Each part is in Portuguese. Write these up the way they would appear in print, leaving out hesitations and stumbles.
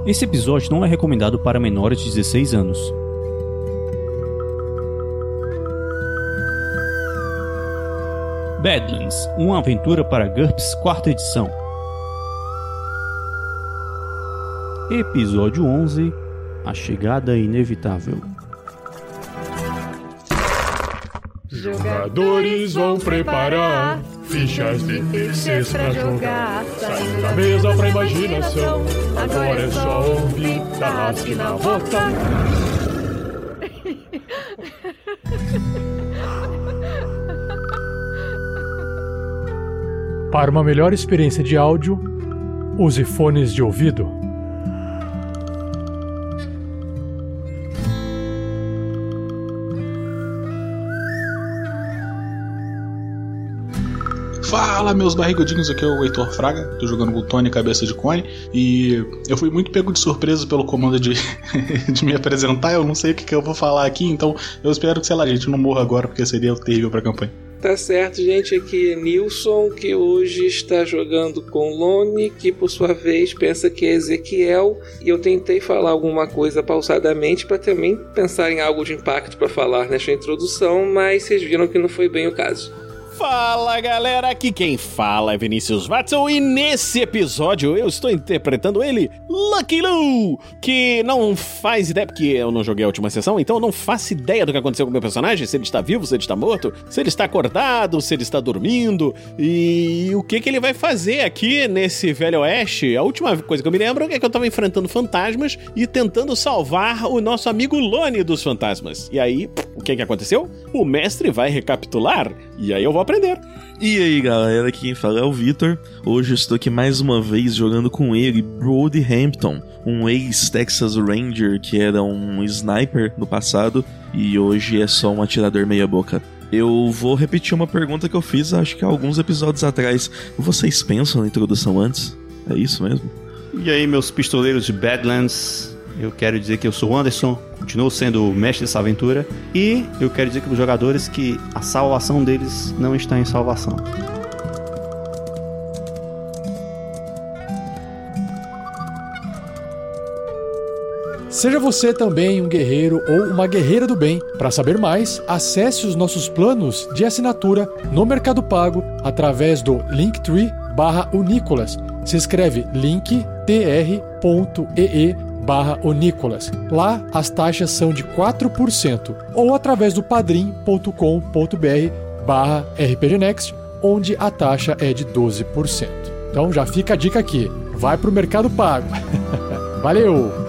Esse episódio não é recomendado para menores de 16 anos. Badlands, uma aventura para GURPS 4ª edição. Episódio 11, A Chegada Inevitável. Jogadores vão preparar fichas de terceiros pra jogar. Saindo da mesa pra imaginação. Agora é só ouvir Tarrasque na Bota. Para uma melhor experiência de áudio, use fones de ouvido. Fala, meus barrigudinhos, aqui é o Heitor Fraga, tô jogando com o Tony Cabeça de Cone, e eu fui muito pego de surpresa pelo comando de me apresentar. Eu não sei o que eu vou falar aqui, então eu espero que, sei lá, a gente não morra agora, porque seria terrível pra campanha. Tá certo, gente, aqui é Nilson, que hoje está jogando com Lone, que por sua vez pensa que é Ezequiel, e eu tentei falar alguma coisa pausadamente para também pensar em algo de impacto para falar nesta introdução, mas vocês viram que não foi bem o caso. Fala, galera, aqui quem fala é Vinícius Watson e nesse episódio eu estou interpretando ele, Lucky Lou, que não faz ideia, porque eu não joguei a última sessão, então eu não faço ideia do que aconteceu com o meu personagem, se ele está vivo, se ele está morto, se ele está acordado, se ele está dormindo e o que ele vai fazer aqui nesse Velho Oeste. A última coisa que eu me lembro é que eu estava enfrentando fantasmas e tentando salvar o nosso amigo Lone dos fantasmas. E aí, o que aconteceu? O mestre vai recapitular e aí eu vou aprender. E aí, galera, aqui quem fala é o Vitor. Hoje eu estou aqui mais uma vez jogando com ele, Brody Hampton, um ex-Texas Ranger que era um sniper no passado e hoje é só um atirador meia boca. Eu vou repetir uma pergunta que eu fiz acho que há alguns episódios atrás. Vocês pensam na introdução antes? É isso mesmo? E aí, meus pistoleiros de Badlands, eu quero dizer que eu sou o Anderson, continuo sendo o mestre dessa aventura, e eu quero dizer para os jogadores que a salvação deles não está em salvação. Seja você também um guerreiro ou uma guerreira do bem. Para saber mais, acesse os nossos planos de assinatura no Mercado Pago através do linktree/Unicolas. Se escreve linktr.ee/Unicolas. Lá as taxas são de 4%, ou através do padrim.com.br/RPGnext, onde a taxa é de 12%. Então já fica a dica aqui, vai pro Mercado Pago. Valeu!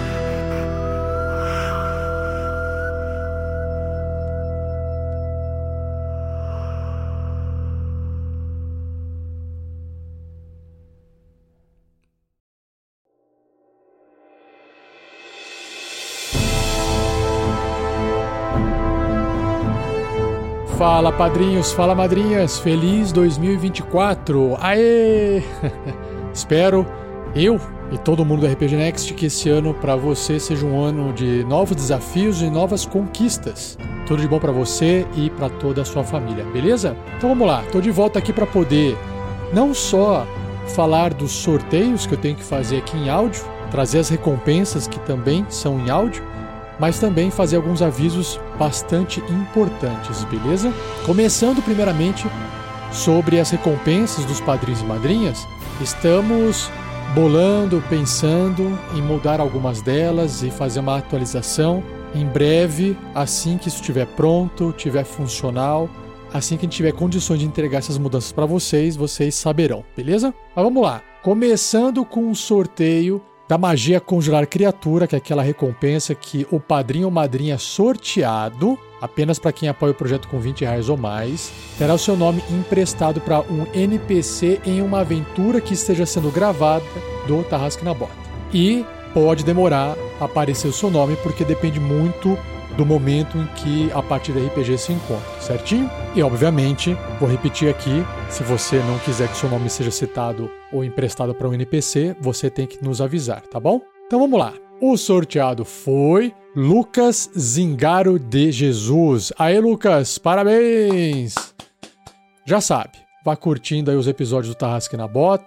Fala, padrinhos, fala, madrinhas, feliz 2024, aê! Espero, eu e todo mundo do RPG Next, que esse ano para você seja um ano de novos desafios e novas conquistas. Tudo de bom para você e para toda a sua família, beleza? Então vamos lá, tô de volta aqui para poder não só falar dos sorteios que eu tenho que fazer aqui em áudio, trazer as recompensas que também são em áudio, mas também fazer alguns avisos bastante importantes, beleza? Começando primeiramente sobre as recompensas dos padrinhos e madrinhas, estamos bolando, pensando em mudar algumas delas e fazer uma atualização em breve, assim que isso estiver pronto, estiver funcional, assim que a gente tiver condições de entregar essas mudanças para vocês, vocês saberão, beleza? Mas vamos lá, começando com o sorteio da magia conjurar criatura, que é aquela recompensa que o padrinho ou madrinha sorteado, apenas para quem apoia o projeto com R$20 ou mais, terá o seu nome emprestado para um NPC em uma aventura que esteja sendo gravada do Tarrasque na Bota. E pode demorar a aparecer o seu nome, porque depende muito do momento em que a partida RPG se encontra, certinho? E obviamente, vou repetir aqui, se você não quiser que seu nome seja citado ou emprestado para um NPC, você tem que nos avisar, tá bom? Então vamos lá. O sorteado foi Lucas Zingaro de Jesus. Aê, Lucas, parabéns! Já sabe, vá curtindo aí os episódios do Tarrasque na Bota,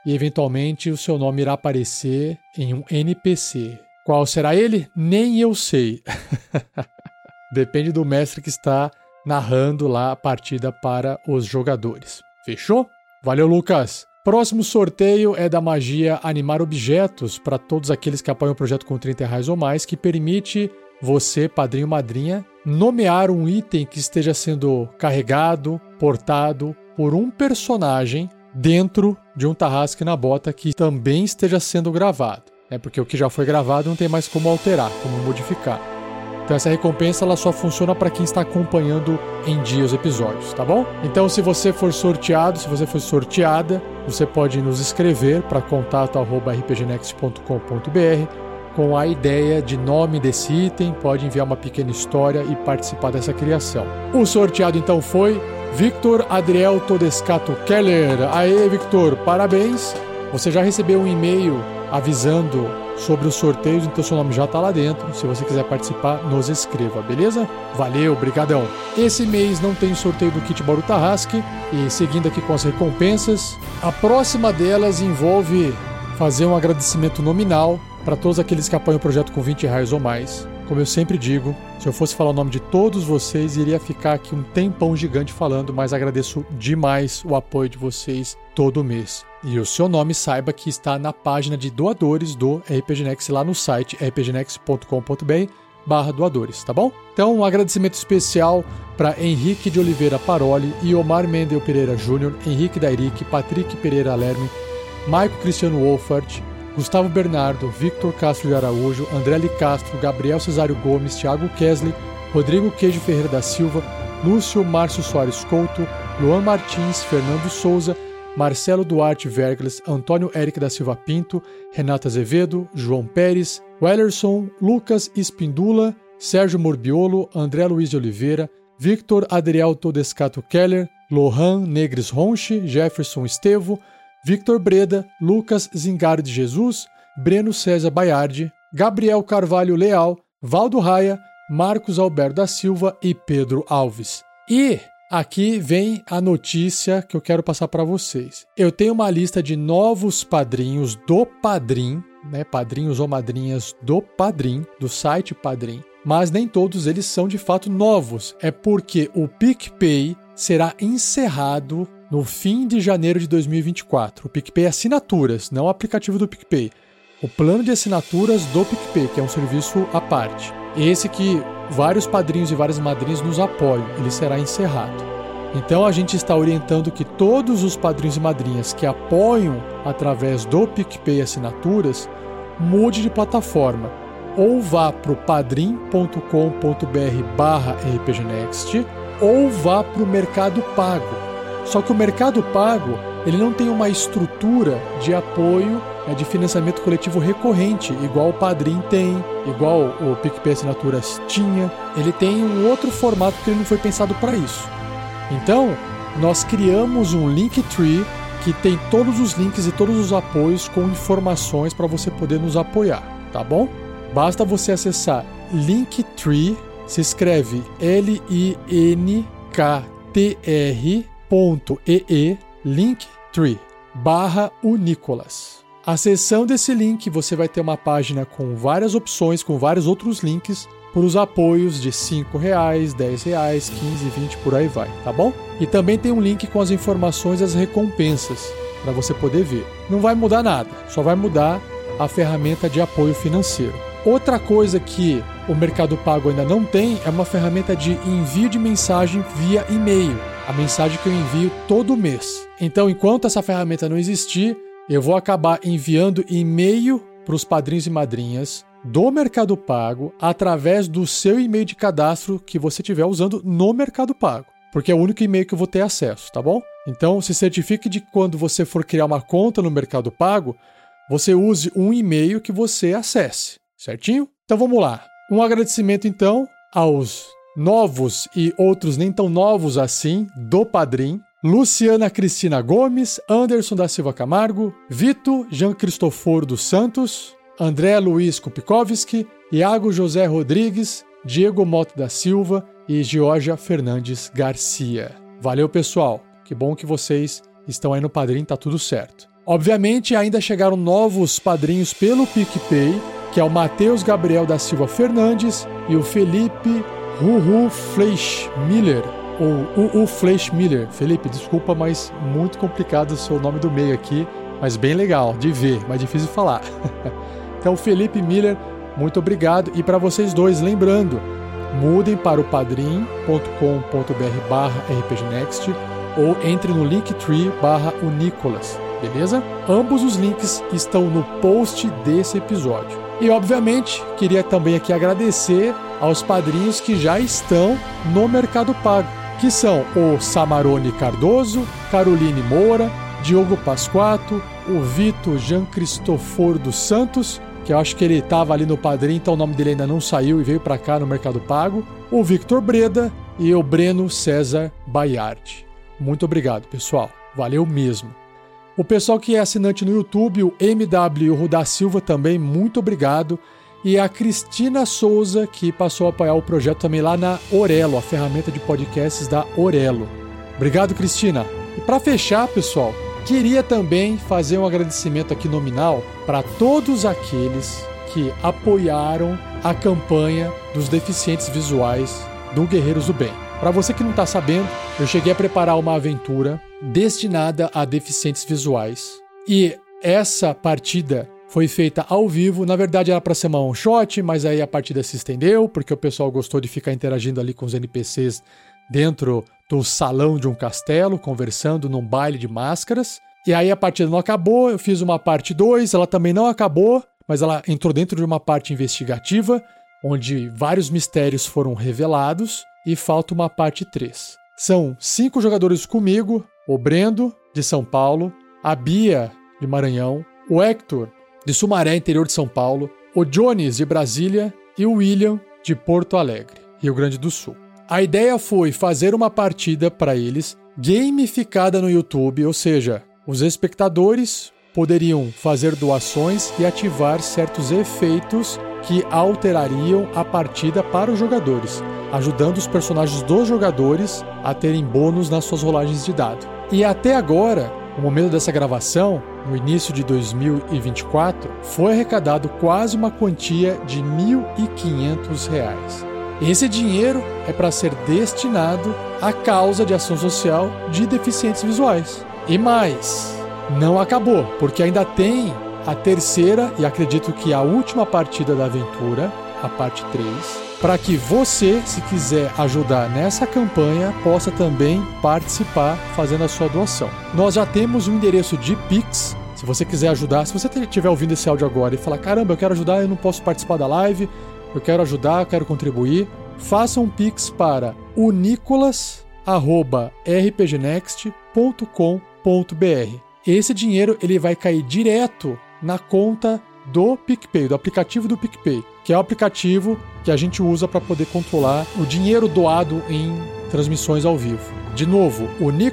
e eventualmente o seu nome irá aparecer em um NPC. Qual será ele? Nem eu sei. Depende do mestre que está narrando lá a partida para os jogadores. Fechou? Valeu, Lucas! Próximo sorteio é da magia Animar Objetos para todos aqueles que apoiam o projeto com R$30 ou mais, que permite você, padrinho ou madrinha, nomear um item que esteja sendo carregado, portado por um personagem dentro de um Tarrasque na Bota que também esteja sendo gravado. Porque o que já foi gravado não tem mais como alterar, como modificar. Então essa recompensa ela só funciona para quem está acompanhando em dia os episódios, tá bom? Então se você for sorteado, se você for sorteada, você pode nos escrever para contato@rpgnext.com.br com a ideia de nome desse item, pode enviar uma pequena história e participar dessa criação. O sorteado então foi Victor Adriel Todescato Keller. Aê, Victor, parabéns! Você já recebeu um e-mail avisando sobre os sorteios, então seu nome já está lá dentro. Se você quiser participar, nos escreva, beleza? Valeu, brigadão! Esse mês não tem sorteio do Kit Bauru Tarrasque, e seguindo aqui com as recompensas, a próxima delas envolve fazer um agradecimento nominal para todos aqueles que apoiam o projeto com R$20 ou mais. Como eu sempre digo, se eu fosse falar o nome de todos vocês, iria ficar aqui um tempão gigante falando, mas agradeço demais o apoio de vocês todo mês. E o seu nome, saiba que está na página de doadores do RPG Next lá no site rpgnext.com.br/doadores, tá bom? Então, um agradecimento especial para Henrique de Oliveira Paroli, Iomar Mendel Pereira Júnior, Henrique Dairic, Patrick Pereira Lerme, Maico Cristiano Wolfert, Gustavo Bernardo, Victor Castro de Araújo, André Li Castro, Gabriel Cesário Gomes, Thiago Kesley, Rodrigo Queijo Ferreira da Silva, Lúcio Márcio Soares Couto, Luan Martins, Fernando Souza, Marcelo Duarte Vergles, Antônio Eric da Silva Pinto, Renata Azevedo, João Pérez, Wellerson, Lucas Espindula, Sérgio Morbiolo, André Luiz de Oliveira, Victor Adriel Todescato Keller, Lohan Negres Ronche, Jefferson Estevo, Victor Breda, Lucas Zingaro de Jesus, Breno César Baiardi, Gabriel Carvalho Leal, Valdo Raia, Marcos Alberto da Silva e Pedro Alves. E aqui vem a notícia que eu quero passar para vocês. Eu tenho uma lista de novos padrinhos do Padrim, padrinhos ou madrinhas do Padrim, do site Padrim, mas nem todos eles são de fato novos. É porque o PicPay será encerrado no fim de janeiro de 2024. O PicPay é assinaturas, não o aplicativo do PicPay. O plano de assinaturas do PicPay, que é um serviço à parte. Esse que vários padrinhos e várias madrinhas nos apoiam, ele será encerrado. Então a gente está orientando que todos os padrinhos e madrinhas que apoiam através do PicPay assinaturas, mude de plataforma. Ou vá para o padrim.com.br/rpgnext ou vá para o Mercado Pago. Só que o Mercado Pago, ele não tem uma estrutura de apoio, de financiamento coletivo recorrente, igual o Padrim tem, igual o PicPay Assinaturas tinha. Ele tem um outro formato que ele não foi pensado para isso. Então, nós criamos um Linktree que tem todos os links e todos os apoios com informações para você poder nos apoiar, tá bom? Basta você acessar Linktree, se escreve linktr.ee Linktree/Unicolas. Acessando esse link, você vai ter uma página com várias opções, com vários outros links para os apoios de R$5, R$10, R$15, R$20, por aí vai, tá bom? E também tem um link com as informações das recompensas, para você poder ver. Não vai mudar nada, só vai mudar a ferramenta de apoio financeiro. Outra coisa que o Mercado Pago ainda não tem é uma ferramenta de envio de mensagem via e-mail. A mensagem que eu envio todo mês. Então, enquanto essa ferramenta não existir, eu vou acabar enviando e-mail para os padrinhos e madrinhas do Mercado Pago através do seu e-mail de cadastro que você estiver usando no Mercado Pago. Porque é o único e-mail que eu vou ter acesso, tá bom? Então, se certifique de que quando você for criar uma conta no Mercado Pago, você use um e-mail que você acesse, certinho? Então, vamos lá. Um agradecimento, então, aos novos e outros nem tão novos assim do Padrim: Luciana Cristina Gomes, Anderson da Silva Camargo, Vito Jean Cristoforo dos Santos, André Luiz Kupikowski, Iago José Rodrigues, Diego Mota da Silva e Georgia Fernandes Garcia. Valeu, pessoal. Que bom que vocês estão aí no Padrim, tá tudo certo. Obviamente, ainda chegaram novos padrinhos pelo PicPay, que é o Matheus Gabriel da Silva Fernandes e o Felipe Ruhu Fleischmiller, ou U Fleischmiller. Felipe, desculpa, mas muito complicado o seu nome do meio aqui, mas bem legal de ver, mas difícil de falar. Então, Felipe Miller, muito obrigado. E para vocês dois, lembrando, mudem para o padrim.com.br/rpgnext ou entre no linktree/unicolas, beleza? Ambos os links estão no post desse episódio. E, obviamente, queria também aqui agradecer aos padrinhos que já estão no Mercado Pago, que são o Samarone Cardoso, Caroline Moura, Diogo Pasquato, o Vitor Jean Cristofor dos Santos, que eu acho que ele estava ali no Padrim, então o nome dele ainda não saiu e veio para cá no Mercado Pago, o Victor Breda e o Breno César Baiardi. Muito obrigado, pessoal. Valeu mesmo. O pessoal que é assinante no YouTube, o MW e o Rudá Silva também, muito obrigado. E a Cristina Souza, que passou a apoiar o projeto também lá na Orelo, a ferramenta de podcasts da Orelo. Obrigado, Cristina. E para fechar, pessoal, queria também fazer um agradecimento aqui nominal para todos aqueles que apoiaram a campanha dos deficientes visuais do Guerreiros do Bem. Para você que não está sabendo, eu cheguei a preparar uma aventura destinada a deficientes visuais. E essa partida foi feita ao vivo. Na verdade era para ser uma one shot, mas aí a partida se estendeu, porque o pessoal gostou de ficar interagindo ali com os NPCs dentro do salão de um castelo, conversando num baile de máscaras. E aí a partida não acabou, eu fiz uma parte 2, ela também não acabou, mas ela entrou dentro de uma parte investigativa, onde vários mistérios foram revelados, e falta uma parte 3. São 5 jogadores comigo, o Brendo, de São Paulo, a Bia, de Maranhão, o Hector, de Sumaré, interior de São Paulo, o Jones, de Brasília, e o William, de Porto Alegre, Rio Grande do Sul. A ideia foi fazer uma partida para eles gamificada no YouTube, ou seja, os espectadores poderiam fazer doações e ativar certos efeitos que alterariam a partida para os jogadores, ajudando os personagens dos jogadores a terem bônus nas suas rolagens de dado. E até agora, no momento dessa gravação, no início de 2024, foi arrecadado quase uma quantia de R$ 1.500. Esse dinheiro é para ser destinado à causa de ação social de deficientes visuais. E mais, não acabou, porque ainda tem a terceira e acredito que a última partida da aventura, a parte 3, para que você, se quiser ajudar nessa campanha, possa também participar fazendo a sua doação. Nós já temos um endereço de Pix, se você quiser ajudar, se você estiver ouvindo esse áudio agora e falar, caramba, eu quero ajudar, eu não posso participar da live, eu quero ajudar, eu quero contribuir, faça um Pix para unicolas@rpgnext.com.br. Esse dinheiro ele vai cair direto na conta do PicPay, do aplicativo do PicPay, que é o aplicativo que a gente usa para poder controlar o dinheiro doado em transmissões ao vivo. De novo,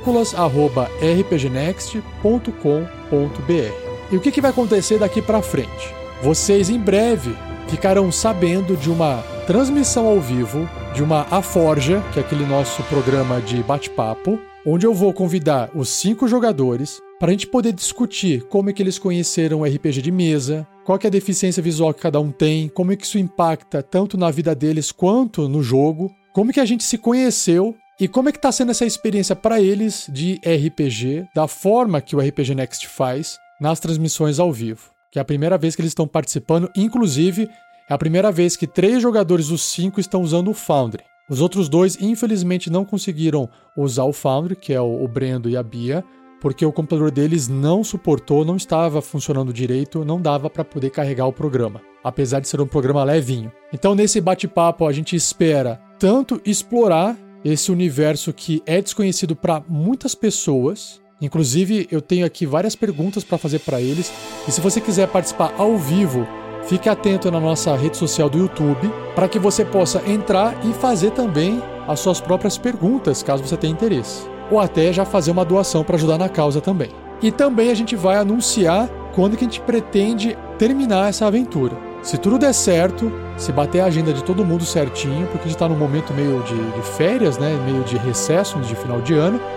unicolas@rpgnext.com.br. E o que vai acontecer daqui para frente? Vocês em breve ficarão sabendo de uma transmissão ao vivo de uma A Forja, que é aquele nosso programa de bate-papo, onde eu vou convidar os 5 jogadores para a gente poder discutir como é que eles conheceram o RPG de mesa, qual que é a deficiência visual que cada um tem, como é que isso impacta tanto na vida deles quanto no jogo, como é que a gente se conheceu e como é que está sendo essa experiência para eles de RPG, da forma que o RPG Next faz nas transmissões ao vivo, que é a primeira vez que eles estão participando, inclusive é a primeira vez que 3 jogadores dos 5 estão usando o Foundry. Os outros 2, infelizmente, não conseguiram usar o Foundry, que é o Brendo e a Bia, porque o computador deles não suportou, não estava funcionando direito, não dava para poder carregar o programa, apesar de ser um programa levinho. Então, nesse bate-papo, a gente espera tanto explorar esse universo que é desconhecido para muitas pessoas. Inclusive, eu tenho aqui várias perguntas para fazer para eles. E se você quiser participar ao vivo, fique atento na nossa rede social do YouTube para que você possa entrar e fazer também as suas próprias perguntas, caso você tenha interesse. Ou até já fazer uma doação para ajudar na causa também. E também a gente vai anunciar quando que a gente pretende terminar essa aventura. Se tudo der certo, se bater a agenda de todo mundo certinho, porque a gente está num momento meio de férias, né, meio de recesso, de final de ano,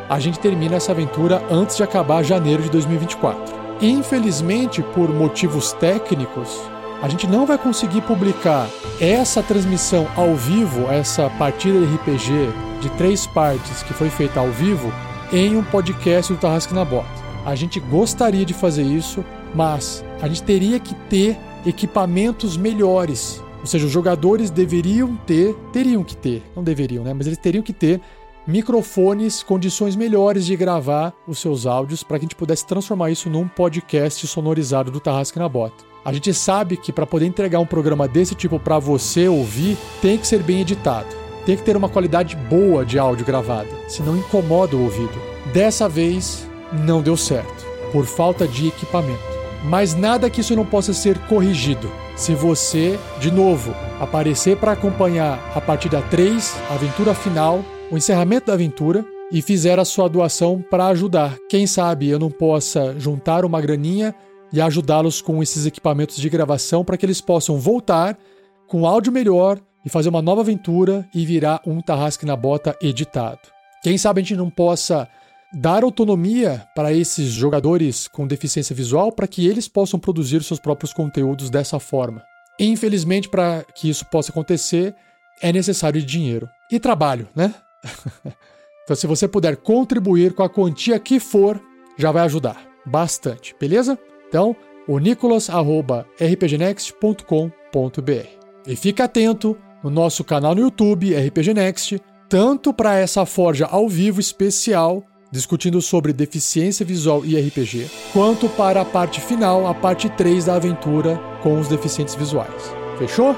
a gente termina essa aventura antes de acabar janeiro de 2024. Infelizmente, por motivos técnicos, a gente não vai conseguir publicar essa transmissão ao vivo, essa partida de RPG de 3 partes que foi feita ao vivo, em um podcast do Tarrasque na Bota. A gente gostaria de fazer isso, mas a gente teria que ter equipamentos melhores. Ou seja, os jogadores teriam que ter, não deveriam, né? Mas eles teriam que ter microfones, condições melhores de gravar os seus áudios para que a gente pudesse transformar isso num podcast sonorizado do Tarrasque na Bota. A gente sabe que para poder entregar um programa desse tipo para você ouvir, tem que ser bem editado. Tem que ter uma qualidade boa de áudio gravada, senão incomoda o ouvido. Dessa vez, não deu certo, por falta de equipamento. Mas nada que isso não possa ser corrigido. Se você, de novo, aparecer para acompanhar a partida 3, a aventura final, o encerramento da aventura, e fizer a sua doação para ajudar. Quem sabe eu não possa juntar uma graninha e ajudá-los com esses equipamentos de gravação para que eles possam voltar com áudio melhor e fazer uma nova aventura e virar um Tarrasque na Bota editado. Quem sabe a gente não possa dar autonomia para esses jogadores com deficiência visual para que eles possam produzir seus próprios conteúdos dessa forma. Infelizmente, para que isso possa acontecer, é necessário dinheiro. E trabalho, né? Então, se você puder contribuir com a quantia que for, já vai ajudar bastante, beleza? Então, o nicolas@rpgnext.com.br. E fica atento no nosso canal no YouTube, RPG Next, tanto para essa forja ao vivo especial, discutindo sobre deficiência visual e RPG, quanto para a parte final, a parte 3 da aventura com os deficientes visuais. Fechou?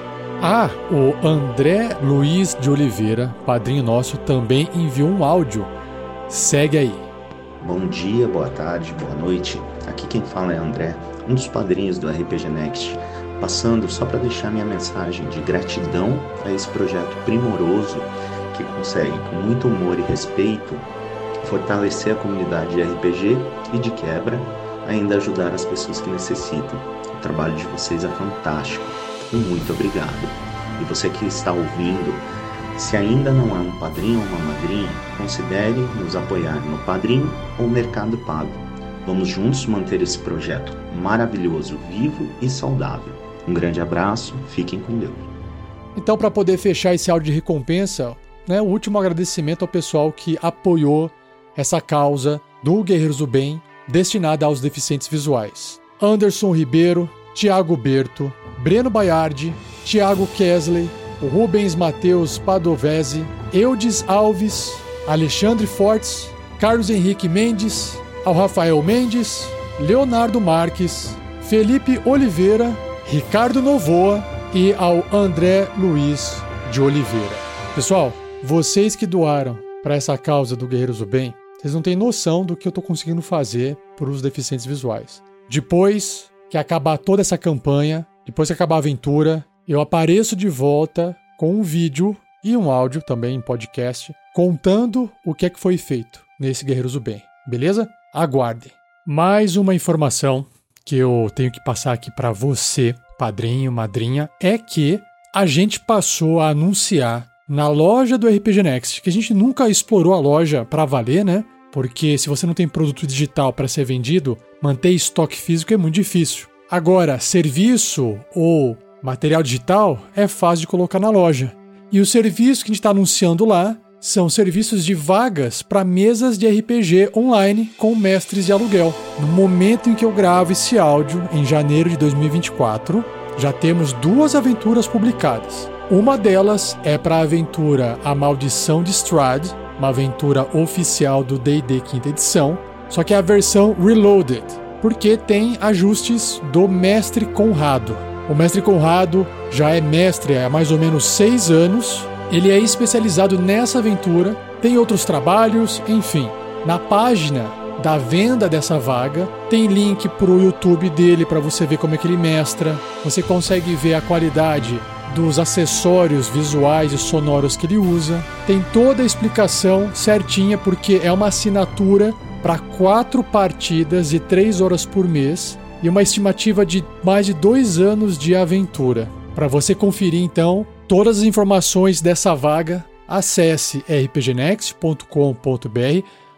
O André Luiz de Oliveira, padrinho nosso, também enviou um áudio. Segue aí. Bom dia, boa tarde, boa noite. Aqui quem fala é André, um dos padrinhos do RPG Next, passando só para deixar minha mensagem de gratidão a esse projeto primoroso que consegue, com muito humor e respeito, fortalecer a comunidade de RPG e, de quebra, ainda ajudar as pessoas que necessitam. O trabalho de vocês é fantástico. Muito obrigado. E você que está ouvindo, se ainda não é um padrinho ou uma madrinha, considere nos apoiar no Padrim ou Mercado Pago. Vamos juntos manter esse projeto maravilhoso, vivo e saudável. Um grande abraço, fiquem com Deus. Então, para poder fechar esse áudio de recompensa, o último agradecimento ao pessoal que apoiou essa causa do Guerreiros do Bem destinada aos deficientes visuais. Anderson Ribeiro, Tiago Berto, Breno Baiardi, Tiago Kesley, o Rubens Matheus Padovese, Eudes Alves, Alexandre Fortes, Carlos Henrique Mendes, ao Rafael Mendes, Leonardo Marques, Felipe Oliveira, Ricardo Novoa e ao André Luiz de Oliveira. Pessoal, vocês que doaram para essa causa do Guerreiros do Bem, vocês não têm noção do que eu estou conseguindo fazer para os deficientes visuais. Depois que acabar toda essa campanha, depois que acabar a aventura, eu apareço de volta com um vídeo e um áudio também em podcast, contando o que é que foi feito nesse Guerreiros do Bem, beleza? Aguardem. Mais uma informação que eu tenho que passar aqui para você, padrinho, madrinha, é que a gente passou a anunciar na loja do RPG Next, que a gente nunca explorou a loja para valer, né? Porque se você não tem produto digital para ser vendido, manter estoque físico é muito difícil. Agora, serviço ou material digital é fácil de colocar na loja. E os serviços que a gente está anunciando lá são serviços de vagas para mesas de RPG online com mestres de aluguel. No momento em que eu gravo esse áudio, em janeiro de 2024, já temos 2 aventuras publicadas. Uma delas é para a aventura A Maldição de Strahd, uma aventura oficial do D&D 5ª edição, só que é a versão Reloaded, porque tem ajustes do Mestre Conrado. O Mestre Conrado já é mestre há mais ou menos 6 anos, ele é especializado nessa aventura, tem outros trabalhos, enfim. Na página da venda dessa vaga, tem link para o YouTube dele para você ver como é que ele mestra, você consegue ver a qualidade dos acessórios visuais e sonoros que ele usa, tem toda a explicação certinha porque é uma assinatura para 4 partidas de 3 horas por mês e uma estimativa de mais de 2 anos de aventura. Para você conferir então todas as informações dessa vaga, acesse rpgnext.com.br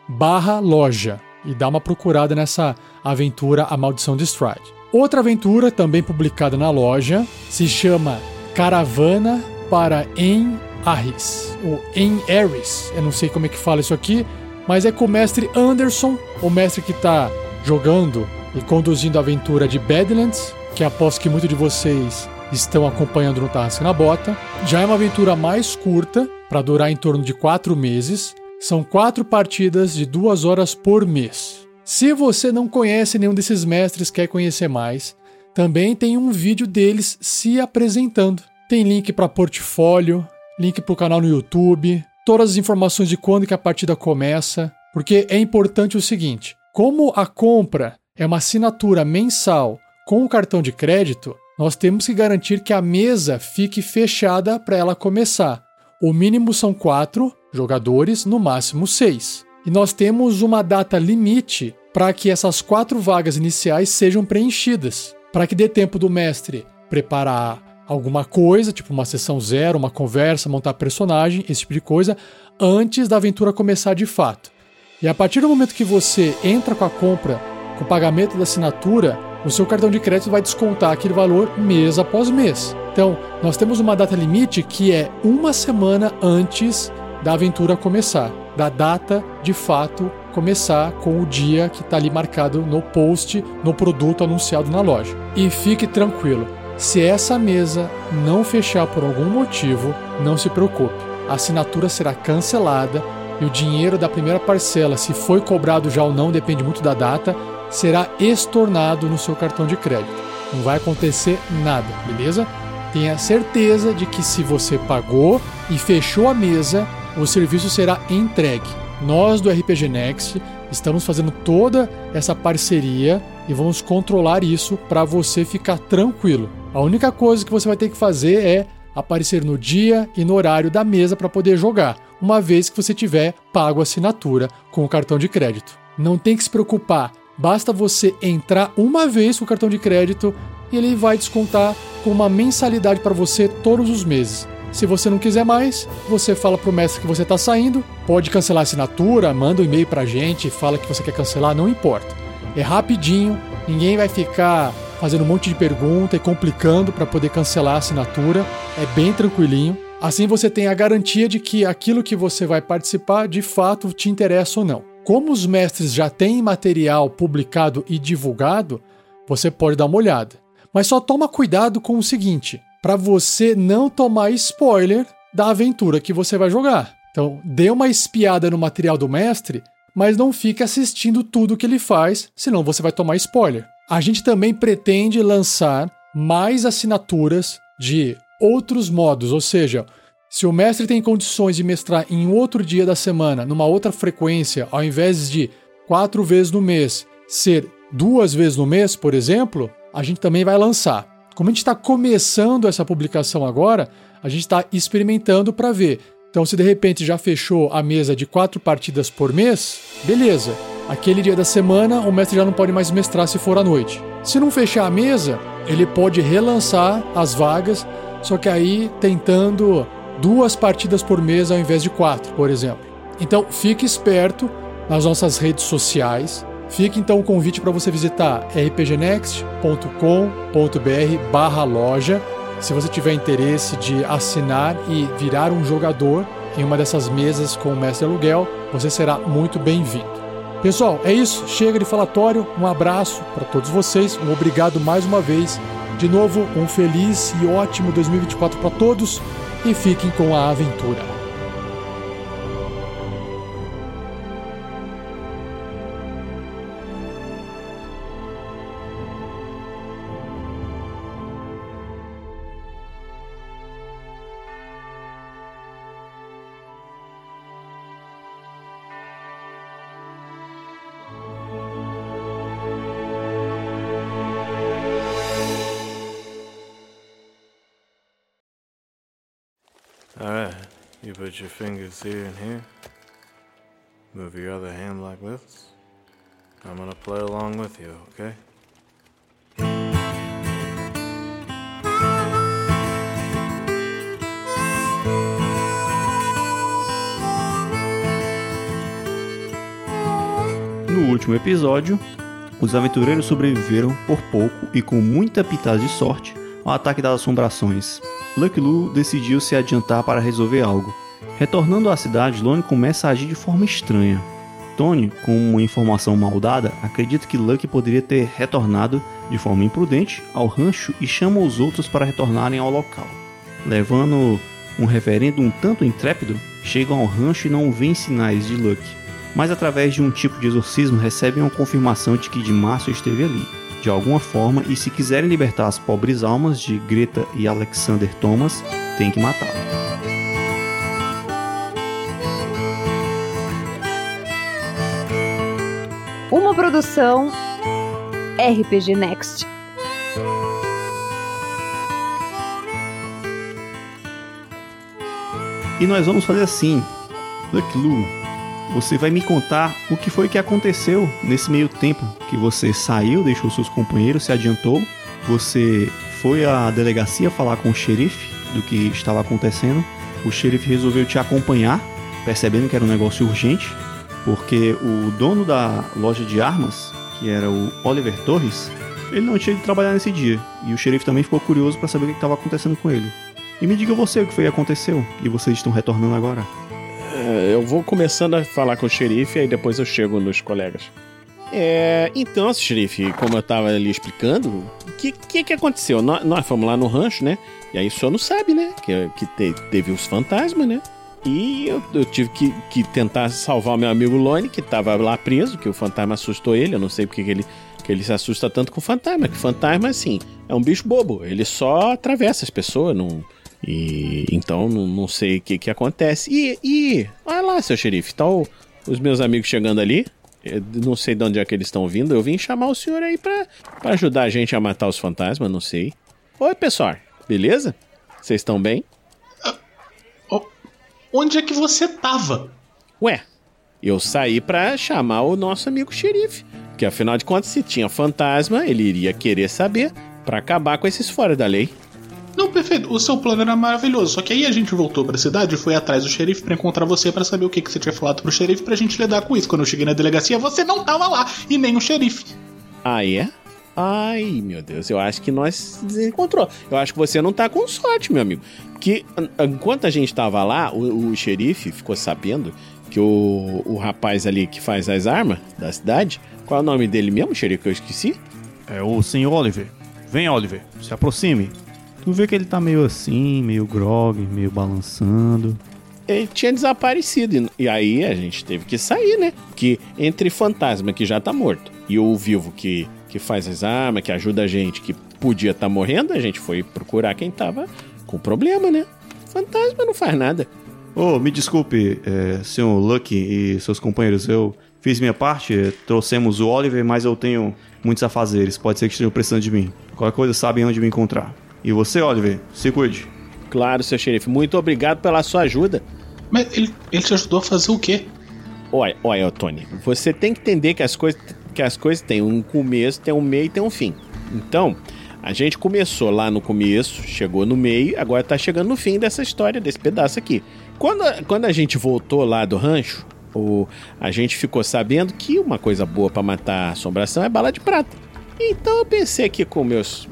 rpgnextpodcast.com/loja e dá uma procurada nessa aventura A Maldição de Strahd. Outra aventura também publicada na loja se chama Caravana para En-Aris, ou En-Aris, eu não sei como é que fala isso aqui, mas é com o mestre Anderson, o mestre que está jogando e conduzindo a aventura de Badlands, que aposto que muitos de vocês estão acompanhando no Tarrasque na Bota. Já é uma aventura mais curta, para durar em torno de 4 meses. São 4 partidas de 2 horas por mês. Se você não conhece nenhum desses mestres e quer conhecer mais, também tem um vídeo deles se apresentando. Tem link para portfólio, link para o canal no YouTube, todas as informações de quando que a partida começa, porque é importante o seguinte, como a compra é uma assinatura mensal com o cartão de crédito, nós temos que garantir que a mesa fique fechada para ela começar. O mínimo são 4 jogadores, no máximo 6. E nós temos uma data limite para que essas 4 vagas iniciais sejam preenchidas, para que dê tempo do mestre preparar alguma coisa, tipo uma sessão 0, uma conversa, montar personagem, esse tipo de coisa, antes da aventura começar de fato. E a partir do momento que você entra com a compra, com o pagamento da assinatura, o seu cartão de crédito vai descontar aquele valor mês após mês. Então, nós temos uma data limite que é 1 semana antes da aventura começar, da data de fato começar com o dia que está ali marcado no post, no produto anunciado na loja. E fique tranquilo, se essa mesa não fechar por algum motivo, não se preocupe. A assinatura será cancelada e o dinheiro da primeira parcela, se foi cobrado já ou não, depende muito da data, será estornado no seu cartão de crédito. Não vai acontecer nada, beleza? Tenha certeza de que se você pagou e fechou a mesa, o serviço será entregue. Nós do RPG Next estamos fazendo toda essa parceria e vamos controlar isso para você ficar tranquilo. A única coisa que você vai ter que fazer é aparecer no dia e no horário da mesa para poder jogar, uma vez que você tiver pago a assinatura com o cartão de crédito. Não tem que se preocupar, basta você entrar uma vez com o cartão de crédito e ele vai descontar com uma mensalidade para você todos os meses. Se você não quiser mais, você fala pro mestre que você está saindo, pode cancelar a assinatura, manda um e-mail pra gente, fala que você quer cancelar, não importa. É rapidinho, ninguém vai ficar fazendo um monte de pergunta e complicando para poder cancelar a assinatura, é bem tranquilinho. Assim você tem a garantia de que aquilo que você vai participar de fato te interessa ou não. Como os mestres já têm material publicado e divulgado, você pode dar uma olhada. Mas só toma cuidado com o seguinte, para você não tomar spoiler da aventura que você vai jogar. Então, dê uma espiada no material do mestre, mas não fique assistindo tudo que ele faz, senão você vai tomar spoiler. A gente também pretende lançar mais assinaturas de outros modos, ou seja, se o mestre tem condições de mestrar em outro dia da semana, numa outra frequência, ao invés de 4 vezes no mês, ser 2 vezes no mês, por exemplo, a gente também vai lançar. Como a gente está começando essa publicação agora, a gente está experimentando para ver. Então, se de repente já fechou a mesa de 4 partidas por mês, beleza. Aquele dia da semana, o mestre já não pode mais mestrar se for à noite. Se não fechar a mesa, ele pode relançar as vagas, só que aí tentando 2 partidas por mês ao invés de 4, por exemplo. Então, fique esperto nas nossas redes sociais. Fica então o convite para você visitar rpgnext.com.br/loja. Se você tiver interesse de assinar e virar um jogador em uma dessas mesas com o mestre aluguel, você será muito bem-vindo. Pessoal, é isso. Chega de falatório. Um abraço para todos vocês. Um obrigado mais uma vez. De novo, um feliz e ótimo 2024 para todos e fiquem com a aventura. Alright, you put your fingers here and here. Move your other hand like this. I'm gonna play along with you, okay? último episódio, os aventureiros sobreviveram por pouco e com muita pitada de sorte ao ataque das assombrações. Lucky Lu decidiu se adiantar para resolver algo. Retornando à cidade, Lonnie começa a agir de forma estranha. Tony, com uma informação mal dada, acredita que Lucky poderia ter retornado de forma imprudente ao rancho e chama os outros para retornarem ao local. Levando um reverendo um tanto intrépido, chegam ao rancho e não veem sinais de Lucky, mas através de um tipo de exorcismo recebem uma confirmação de que de Márcio esteve ali, de alguma forma, e se quiserem libertar as pobres almas de Greta e Alexander Thomas, tem que matá-lo. Uma produção RPG Next. E nós vamos fazer assim. Lucky Lu, você vai me contar o que foi que aconteceu nesse meio tempo que você saiu, deixou seus companheiros, se adiantou, você foi à delegacia falar com o xerife do que estava acontecendo. O xerife resolveu te acompanhar, percebendo que era um negócio urgente, porque o dono da loja de armas, que era o Oliver Torres, ele não tinha de trabalhar nesse dia, e o xerife também ficou curioso para saber o que estava acontecendo com ele. E me diga você o que foi que aconteceu, e vocês estão retornando agora. Eu vou começando a falar com o xerife, aí depois eu chego nos colegas. Então, xerife, como eu tava ali explicando, o que aconteceu? Nós fomos lá no rancho, né? E aí o senhor não sabe, né? Que teve os fantasmas, né? E eu tive que tentar salvar o meu amigo Lonnie, que tava lá preso, que o fantasma assustou ele. Eu não sei porque que ele se assusta tanto com o fantasma. Que o fantasma, assim, é um bicho bobo. Ele só atravessa as pessoas, não... E então não sei o que acontece. E olha lá, seu xerife, estão os meus amigos chegando ali. Eu não sei de onde é que eles estão vindo. Eu vim chamar o senhor aí pra ajudar a gente a matar os fantasmas, não sei. Oi, pessoal, beleza? Vocês estão bem? Onde é que você tava? Ué, eu saí pra chamar o nosso amigo xerife. Porque afinal de contas, se tinha fantasma, ele iria querer saber pra acabar com esses fora da lei. Não, perfeito. O seu plano era maravilhoso. Só que aí a gente voltou pra cidade e foi atrás do xerife pra encontrar você, pra saber o que você tinha falado pro xerife, pra gente lidar com isso. Quando eu cheguei na delegacia, você não tava lá, e nem o xerife. Ah, é? Ai, meu Deus, eu acho que nós se desencontrou. Eu acho que você não tá com sorte, meu amigo. Porque enquanto a gente tava lá, o xerife ficou sabendo que o rapaz ali que faz as armas da cidade... Qual é o nome dele mesmo, xerife, que eu esqueci? É o senhor Oliver. Vem, Oliver, se aproxime. Tu vê que ele tá meio assim, meio grogue, meio balançando. Ele tinha desaparecido. E aí a gente teve que sair, né? Que entre fantasma que já tá morto e o vivo que faz as armas, que ajuda a gente, que podia estar morrendo, a gente foi procurar quem tava com problema, né? Fantasma não faz nada. Me desculpe, senhor Lucky e seus companheiros. Eu fiz minha parte, trouxemos o Oliver, mas eu tenho muitos afazeres. Pode ser que estejam precisando de mim. Qualquer coisa sabem onde me encontrar. E você, Oliver, se cuide. Claro, seu xerife. Muito obrigado pela sua ajuda. Mas ele te ajudou a fazer o quê? Olha, Tony. Você tem que entender que as coisas têm um começo, tem um meio e tem um fim. Então, a gente começou lá no começo, chegou no meio, agora tá chegando no fim dessa história, desse pedaço aqui. Quando a gente voltou lá do rancho, a gente ficou sabendo que uma coisa boa pra matar a assombração é bala de prata. Então eu pensei aqui com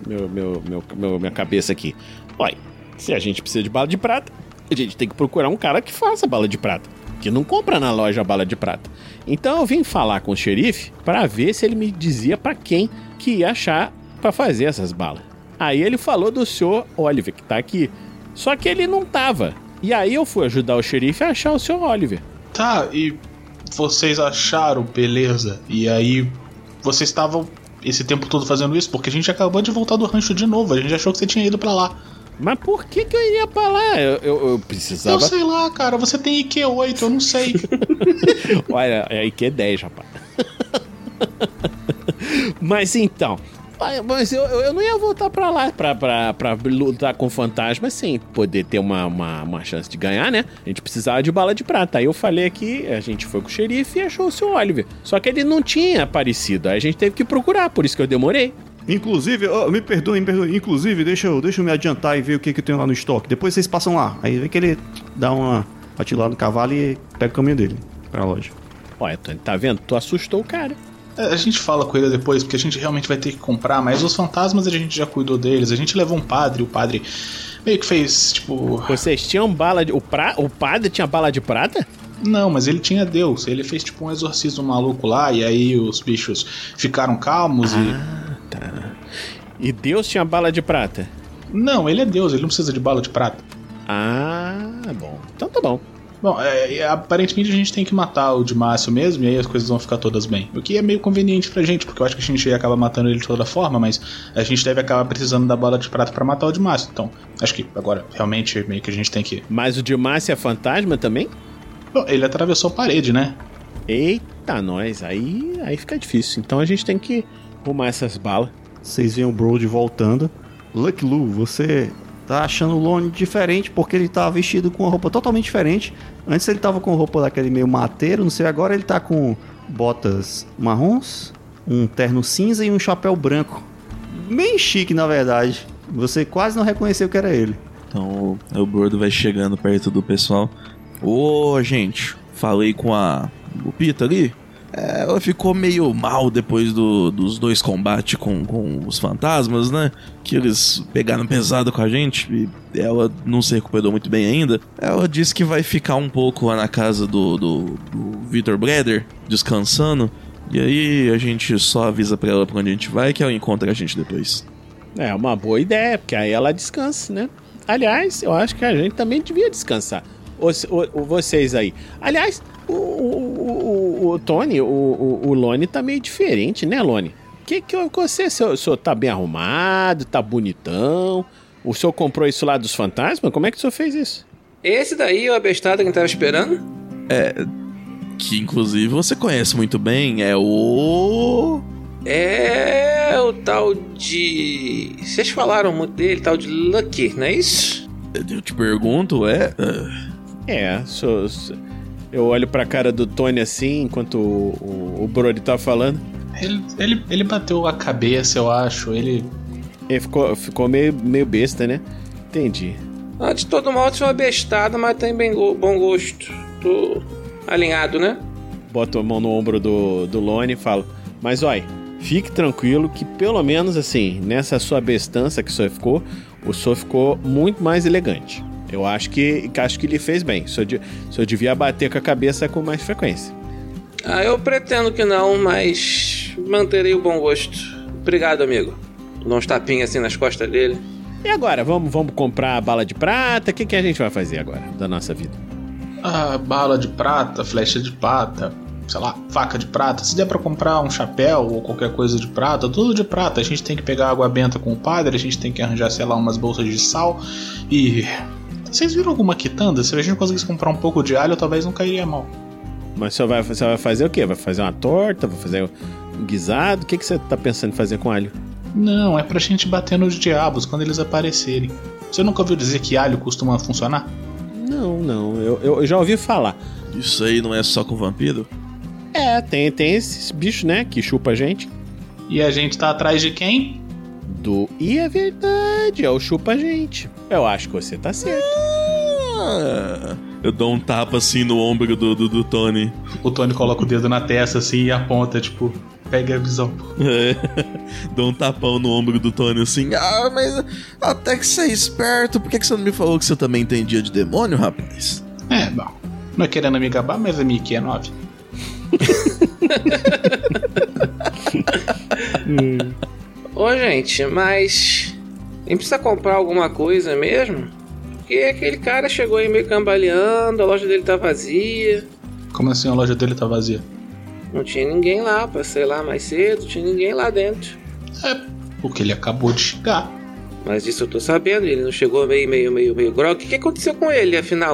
minha cabeça aqui. Olha, se a gente precisa de bala de prata, a gente tem que procurar um cara que faça bala de prata, que não compra na loja bala de prata. Então eu vim falar com o xerife para ver se ele me dizia para quem que ia achar para fazer essas balas. Aí ele falou do senhor Oliver, que tá aqui. Só que ele não tava. E aí eu fui ajudar o xerife a achar o senhor Oliver. Tá, e vocês acharam, beleza. E aí vocês estavam esse tempo todo fazendo isso? Porque a gente acabou de voltar do rancho de novo. A gente achou que você tinha ido pra lá. Mas por que eu iria pra lá? Eu precisava... Eu sei lá, cara. Você tem IQ8, eu não sei. Olha, é IQ10, rapaz. Mas então... Mas eu não ia voltar pra lá pra lutar com fantasmas sem poder ter uma chance de ganhar, né? A gente precisava de bala de prata. Aí eu falei aqui, a gente foi com o xerife e achou o seu Oliver. Só que ele não tinha aparecido. Aí a gente teve que procurar, por isso que eu demorei. Inclusive, me perdoe. Inclusive, deixa eu me adiantar e ver o que eu tenho lá no estoque. Depois vocês passam lá. Aí vem que ele dá uma patilhada no cavalo e pega o caminho dele pra loja. Olha, Tony, tá vendo? Tu assustou o cara. A gente fala com ele depois, porque a gente realmente vai ter que comprar, mas os fantasmas a gente já cuidou deles. A gente levou um padre, o padre meio que fez, tipo... Vocês tinham bala de... O padre tinha bala de prata? Não, mas ele tinha Deus. Ele fez tipo um exorcismo maluco lá, e aí os bichos ficaram calmos Tá. E Deus tinha bala de prata? Não, ele é Deus, ele não precisa de bala de prata. Bom. Então tá bom. Bom, aparentemente a gente tem que matar o Dimácio mesmo, e aí as coisas vão ficar todas bem. O que é meio conveniente pra gente, porque eu acho que a gente ia acabar matando ele de toda forma, mas a gente deve acabar precisando da bala de prata pra matar o Dimácio. Então, acho que agora realmente meio que a gente tem que... Mas o Dimácio é fantasma também? Bom, ele atravessou a parede, né? Eita, nós, aí fica difícil. Então a gente tem que arrumar essas balas. Vocês veem o Brody voltando. Lucky Lu, você tá achando o Lone diferente porque ele tá vestido com uma roupa totalmente diferente. Antes ele tava com roupa daquele meio mateiro, não sei, agora ele tá com botas marrons, um terno cinza e um chapéu branco. Bem chique, na verdade. Você quase não reconheceu que era ele. Então o Brody vai chegando perto do pessoal. Gente, falei com o Pita ali. Ela ficou meio mal depois dos 2 combates com os fantasmas, né? Que eles pegaram pesado com a gente e ela não se recuperou muito bem ainda. Ela disse que vai ficar um pouco lá na casa do Victor Blader, descansando. E aí a gente só avisa pra ela pra onde a gente vai, que ela encontra a gente depois. É uma boa ideia, porque aí ela descansa, né? Aliás, eu acho que a gente também devia descansar. Vocês aí. Aliás, o Tony, o Lone tá meio diferente, né, Lone? Que você, o senhor tá bem arrumado, tá bonitão? O senhor comprou isso lá dos fantasmas? Como é que o senhor fez isso? Esse daí é o abestado que eu tava esperando? Que inclusive você conhece muito bem, é o tal de... Vocês falaram muito dele, tal de Lucky, não é isso? Eu te pergunto, eu olho pra cara do Tony assim, enquanto o Brody tá falando. Ele bateu a cabeça, eu acho. Ele ficou meio besta, né? Entendi. De todo modo, você é uma bestada, mas tem bem bom gosto. Tô alinhado, né? Boto a mão no ombro do Lone e falo: mas olha, fique tranquilo que pelo menos assim, nessa sua bestança que o senhor ficou muito mais elegante. Eu acho que lhe fez bem. O senhor devia bater com a cabeça com mais frequência. Eu pretendo que não, mas manterei o bom gosto. Obrigado, amigo. Dá uns tapinhas assim nas costas dele. E agora, vamos comprar a bala de prata? O que a gente vai fazer agora da nossa vida? Bala de prata, flecha de prata, sei lá, faca de prata. Se der pra comprar um chapéu ou qualquer coisa de prata, tudo de prata. A gente tem que pegar água benta com o padre, a gente tem que arranjar, sei lá, umas bolsas de sal e... Vocês viram alguma quitanda? Se a gente conseguisse comprar um pouco de alho, talvez não cairia mal. Mas você vai fazer o quê? Vai fazer uma torta? Vai fazer um guisado? O que você tá pensando em fazer com alho? Não, é pra gente bater nos diabos quando eles aparecerem. Você nunca ouviu dizer que alho costuma funcionar? Não. Eu já ouvi falar. Isso aí não é só com vampiro? Tem esses bichos, né? Que chupa a gente. E a gente tá atrás de quem? E é verdade, é o chupa a gente. Eu acho que você tá certo. Eu dou um tapa assim no ombro do Tony. O Tony coloca o dedo na testa assim e aponta, tipo, pega a visão. Dou um tapão no ombro do Tony assim. Mas até que você é esperto. Por que você não me falou que você também tem dia de demônio, rapaz? Bom, não é querendo me gabar, mas a minha aqui é 9. Ô, gente, mas... a gente precisa comprar alguma coisa mesmo? Porque aquele cara chegou aí meio cambaleando, a loja dele tá vazia. Como assim a loja dele tá vazia? Não tinha ninguém lá, passei lá mais cedo, tinha ninguém lá dentro. Porque ele acabou de chegar. Mas disso eu tô sabendo, ele não chegou meio grog. O que aconteceu com ele, afinal,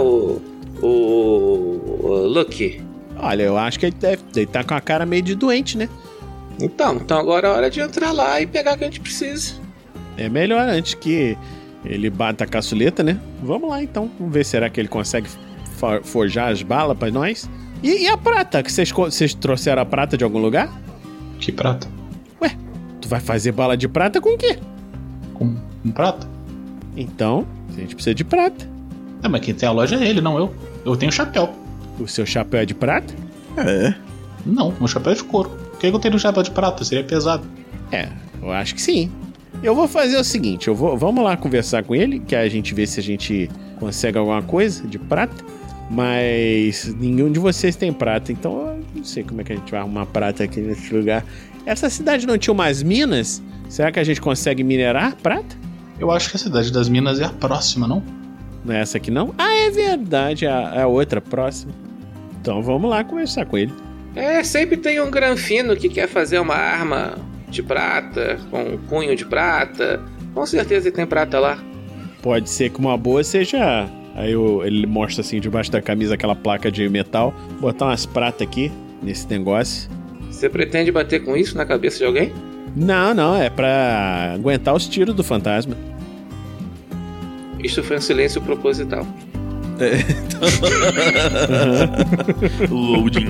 o Lucky? Olha, eu acho que ele tá com a cara meio de doente, né? Então agora é hora de entrar lá e pegar o que a gente precisa. É melhor antes que ele bata a caçuleta, né? Vamos lá então, vamos ver, será que ele consegue forjar as balas pra nós? E a prata? Que vocês trouxeram a prata de algum lugar? Que prata? Ué, tu vai fazer bala de prata com o quê? Com prata? Então, a gente precisa de prata. Mas quem tem a loja é ele, não eu. Eu tenho chapéu. O seu chapéu é de prata? Não, meu chapéu é de couro. Por que eu teria um chapéu de prata? Seria pesado. Eu acho que sim. Eu vou fazer o seguinte, vamos lá conversar com ele, que a gente vê se a gente consegue alguma coisa de prata, mas nenhum de vocês tem prata, então eu não sei como é que a gente vai arrumar prata aqui nesse lugar. Essa cidade não tinha umas minas? Será que a gente consegue minerar prata? Eu acho que a cidade das minas é a próxima, não? Não é essa aqui não? Ah, é verdade, é a outra próxima. Então vamos lá conversar com ele. Sempre tem um granfino que quer fazer uma arma de prata, com um punho de prata. Com certeza tem prata lá. Pode ser que uma boa seja... Aí ele mostra assim debaixo da camisa aquela placa de metal. Botar umas pratas aqui nesse negócio. Você pretende bater com isso na cabeça de alguém? Não, é pra aguentar os tiros do fantasma. Isso foi um silêncio proposital. Loading.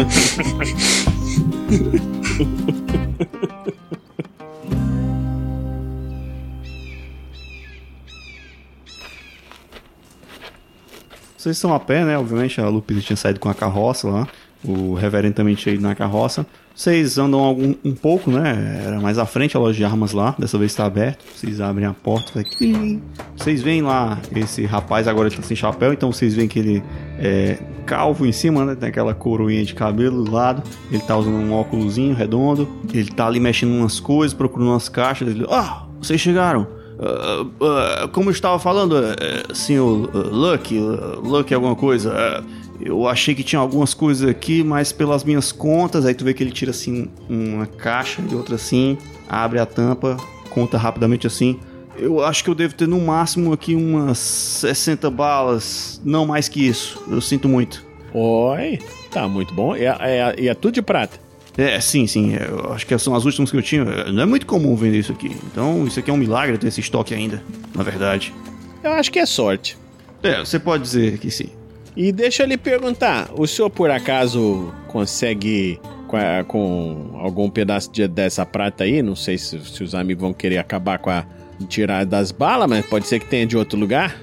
Vocês estão a pé, né? Obviamente a Lupita tinha saído com a carroça lá. O reverendo também tinha ido na carroça. Vocês andam um pouco, né? Era mais à frente a loja de armas lá. Dessa vez está aberto. Vocês abrem a porta. Vocês veem lá esse rapaz, agora ele tá sem chapéu. Então vocês veem que ele é calvo em cima, né? Tem aquela coroinha de cabelo do lado. Ele tá usando um óculosinho redondo. Ele tá ali mexendo em umas coisas, procurando umas caixas. Ele, vocês chegaram. Como eu estava falando, senhor Lucky alguma coisa. Eu achei que tinha algumas coisas aqui, mas pelas minhas contas... Aí tu vê que ele tira assim uma caixa e outra assim, abre a tampa, conta rapidamente assim. Eu acho que eu devo ter no máximo aqui umas 60 balas, não mais que isso. Eu sinto muito. Oi, tá muito bom. E é tudo de prata? Sim. Eu acho que são as últimas que eu tinha. Não é muito comum vender isso aqui. Então isso aqui é um milagre ter esse estoque ainda, na verdade. Eu acho que é sorte. Você pode dizer que sim. E deixa eu lhe perguntar, o senhor por acaso consegue com algum pedaço dessa prata aí? Não sei se os amigos vão querer acabar com a tirar das balas, mas pode ser que tenha de outro lugar.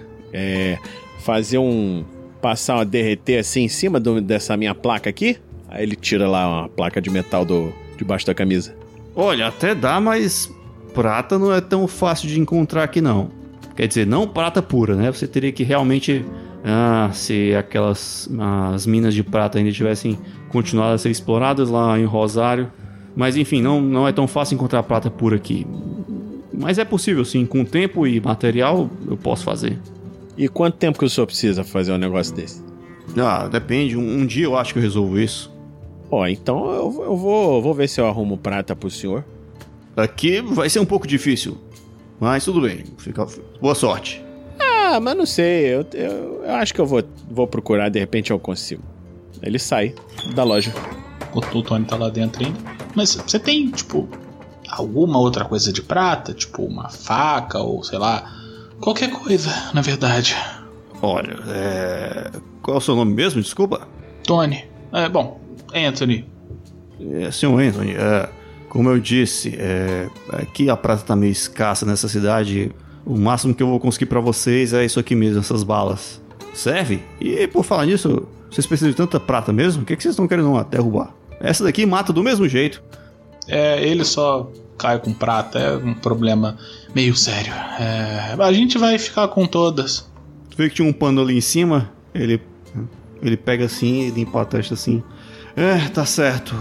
Passar derreter assim em cima dessa minha placa aqui. Aí ele tira lá uma placa de metal debaixo da camisa. Olha, até dá, mas prata não é tão fácil de encontrar aqui não. Quer dizer, não prata pura, né? Você teria que realmente... se as minas de prata ainda tivessem continuado a ser exploradas lá em Rosário. Mas enfim, não é tão fácil encontrar prata pura aqui. Mas é possível sim, com tempo e material eu posso fazer. E quanto tempo que o senhor precisa fazer um negócio desse? Depende, um dia eu acho que eu resolvo isso. Então eu vou ver se eu arrumo prata pro senhor. Aqui vai ser um pouco difícil, mas tudo bem, boa sorte. Mas não sei, eu acho que eu vou procurar, de repente eu consigo. Ele sai da loja. O Tony tá lá dentro ainda. Mas você tem, alguma outra coisa de prata? Tipo uma faca ou sei lá, qualquer coisa, na verdade. Olha, qual é o seu nome mesmo, desculpa? Tony. Anthony. Senhor Anthony, como eu disse, aqui a prata tá meio escassa nessa cidade. O máximo que eu vou conseguir pra vocês é isso aqui mesmo, essas balas. Serve? E por falar nisso, vocês precisam de tanta prata mesmo? O que vocês estão querendo derrubar? Essa daqui mata do mesmo jeito. Ele só cai com prata, é um problema meio sério. A gente vai ficar com todas. Tu vê que tinha um pano ali em cima? Ele pega assim e limpa a testa assim. Tá certo.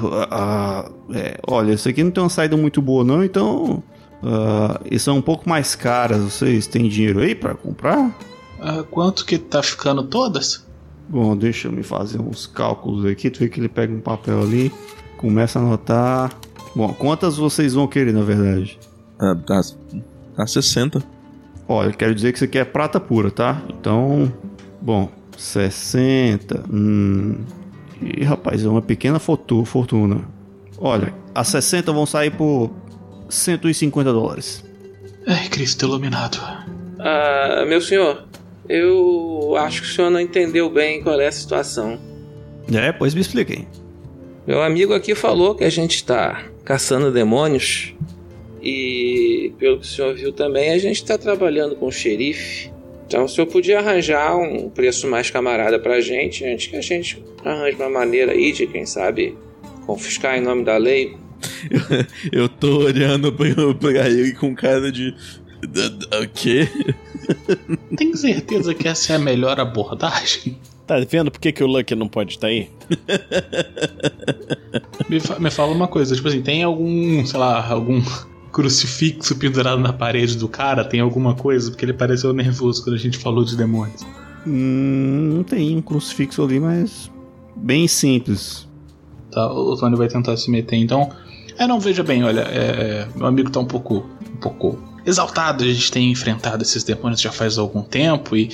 Olha, isso aqui não tem uma saída muito boa não, então... e são um pouco mais caras. Vocês têm dinheiro aí pra comprar? Quanto que tá ficando todas? Bom, deixa eu me fazer uns cálculos aqui. Tu vê que ele pega um papel ali, começa a anotar. Bom, quantas vocês vão querer na verdade? Dá 60. Olha, eu quero dizer que isso aqui é prata pura, tá? Então, bom, 60. Ih, rapaz, é uma pequena fortuna. Olha, as 60 vão sair por $150. Cristo iluminado. Meu senhor, eu acho que o senhor não entendeu bem qual é a situação. Pois me expliquem. Meu amigo aqui falou que a gente está caçando demônios e, pelo que o senhor viu também, a gente está trabalhando com o xerife. Então o senhor podia arranjar um preço mais camarada pra gente, antes que a gente arranje uma maneira aí de, quem sabe, Confiscar em nome da lei? Eu tô olhando pra ele com cara de... O quê? Tem certeza que essa é a melhor abordagem? Tá vendo por que o Lucky não pode estar aí? Me fala uma coisa, tipo assim, tem algum, sei lá, algum crucifixo pendurado na parede do cara? Tem alguma coisa? Porque ele pareceu nervoso quando a gente falou de demônios. Não tem um crucifixo ali, mas bem simples. Tá, o Tony vai tentar se meter, então... não, veja bem, olha, meu amigo tá um pouco exaltado. A gente tem enfrentado esses demônios já faz algum tempo e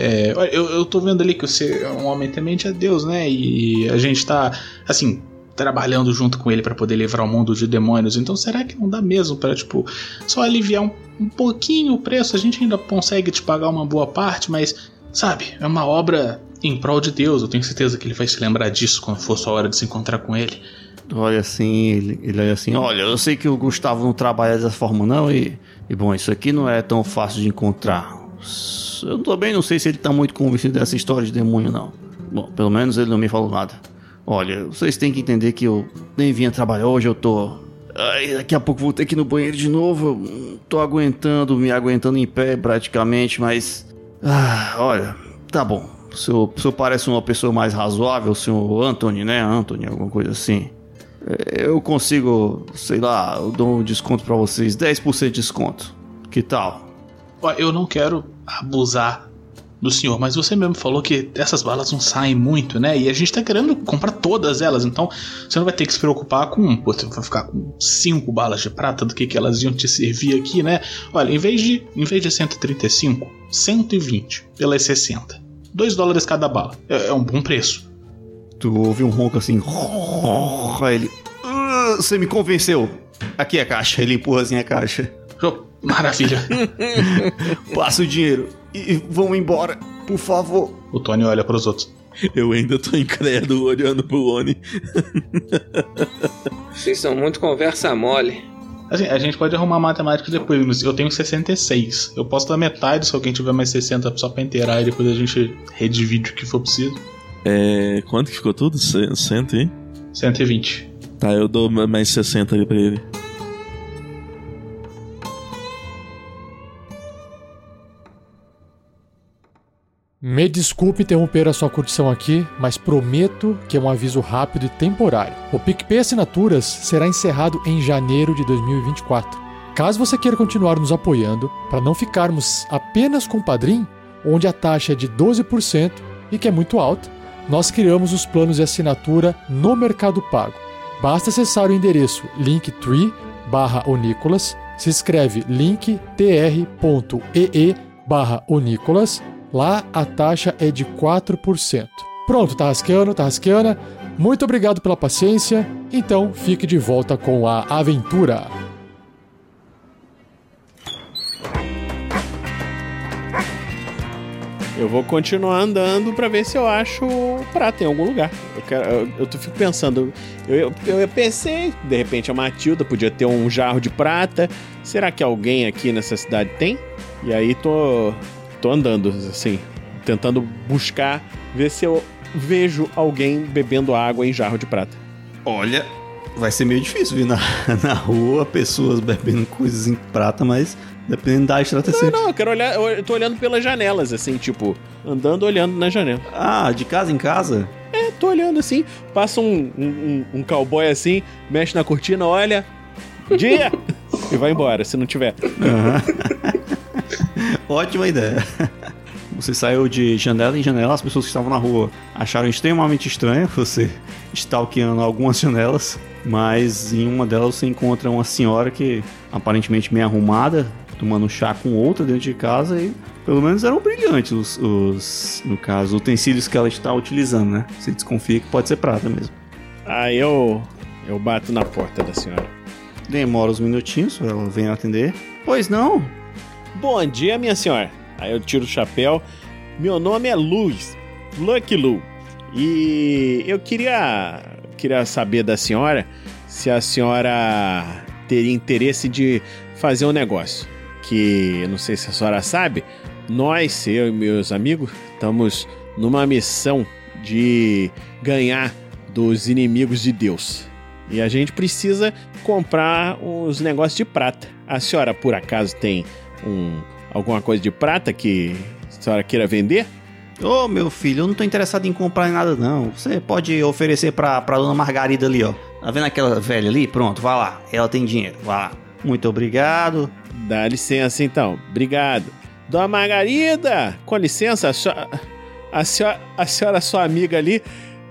eu tô vendo ali que você é um homem temente a Deus, né? E a gente tá, assim, trabalhando junto com ele pra poder livrar o mundo de demônios. Então será que não dá mesmo pra, tipo, só aliviar um pouquinho o preço? A gente ainda consegue te pagar uma boa parte, mas, sabe, é uma obra em prol de Deus. Eu tenho certeza que ele vai se lembrar disso quando for sua hora de se encontrar com ele. Olha assim, ele olha assim, olha, eu sei que o Gustavo não trabalha dessa forma não e bom, isso aqui não é tão fácil de encontrar. Eu também não sei se ele tá muito convencido dessa história de demônio não. Bom, pelo menos ele não me falou nada. Olha, vocês têm que entender que eu nem vinha trabalhar hoje, eu tô... daqui a pouco vou ter que ir no banheiro de novo, eu tô me aguentando em pé praticamente, mas... olha, tá bom, o senhor parece uma pessoa mais razoável, o senhor Anthony, né? Anthony, alguma coisa assim. Eu consigo, sei lá, eu dou um desconto pra vocês, 10% de desconto. Que tal? Eu não quero abusar do senhor, mas você mesmo falou que essas balas não saem muito, né? E a gente tá querendo comprar todas elas, então você não vai ter que se preocupar com... Você vai ficar com 5 balas de prata do que elas iam te servir aqui, né? Olha, em vez de 135, 120 pelas 60. $2 cada bala. É um bom preço. Tu ouve um ronco assim. Aí ele... Você me convenceu. Aqui é a caixa. Ele empurra assim a caixa. Maravilha. Passa o dinheiro e vamos embora, por favor. O Tony olha pros outros. Eu ainda tô incrédulo olhando pro Oni. Vocês são muito conversa mole. Assim, a gente pode arrumar matemática depois. Eu tenho 66. Eu posso dar metade se alguém tiver mais 60 só pra inteirar e depois a gente redivide o que for preciso. Quanto que ficou tudo? 100, hein? 120. Tá, eu dou mais 60 ali pra ele. Me desculpe interromper a sua curtição aqui, mas prometo que é um aviso rápido e temporário. O PicPay Assinaturas será encerrado em janeiro de 2024. Caso você queira continuar nos apoiando, para não ficarmos apenas com o Padrim, onde a taxa é de 12% e que é muito alta, nós criamos os planos de assinatura no Mercado Pago. Basta acessar o endereço linktree/onicolas, se escreve linktr.ee/onicolas. Lá a taxa é de 4%. Pronto, Tarrasqueana, muito obrigado pela paciência, então fique de volta com a aventura. Eu vou continuar andando pra ver se eu acho prata em algum lugar. Eu fico pensando, eu pensei, de repente a Matilda podia ter um jarro de prata. Será que alguém aqui nessa cidade tem? E aí tô andando, assim, tentando buscar, ver se eu vejo alguém bebendo água em jarro de prata. Olha, vai ser meio difícil ver na rua pessoas bebendo coisas em prata, mas dependendo da estratégia. Não, eu quero olhar, eu tô olhando pelas janelas, assim, tipo, andando, olhando na janela. Ah, de casa em casa? Tô olhando assim, passa um cowboy assim, mexe na cortina, olha, dia! E vai embora, se não tiver. Ótima ideia. Você saiu de janela em janela, as pessoas que estavam na rua acharam extremamente estranho você stalkeando algumas janelas, mas em uma delas você encontra uma senhora que aparentemente meio arrumada, tomando chá com outra dentro de casa e pelo menos eram brilhantes os no caso, utensílios que ela está utilizando, né? Você desconfia que pode ser prata mesmo. Aí eu bato na porta da senhora. Demora uns minutinhos, ela vem atender. Pois não? Bom dia, minha senhora. Aí eu tiro o chapéu. Meu nome é Lucky Lu. E eu queria saber da senhora se a senhora teria interesse de fazer um negócio. Que, não sei se a senhora sabe, eu e meus amigos, estamos numa missão de ganhar dos inimigos de Deus. E a gente precisa comprar uns negócios de prata. A senhora, por acaso, tem alguma coisa de prata que a senhora queira vender? Ô, meu filho, eu não tô interessado em comprar nada, não. Você pode oferecer pra dona Margarida ali, ó. Tá vendo aquela velha ali? Pronto, vai lá. Ela tem dinheiro, vai lá. Muito obrigado. Dá licença, então. Obrigado. Dona Margarida, com licença, a senhora, sua amiga ali,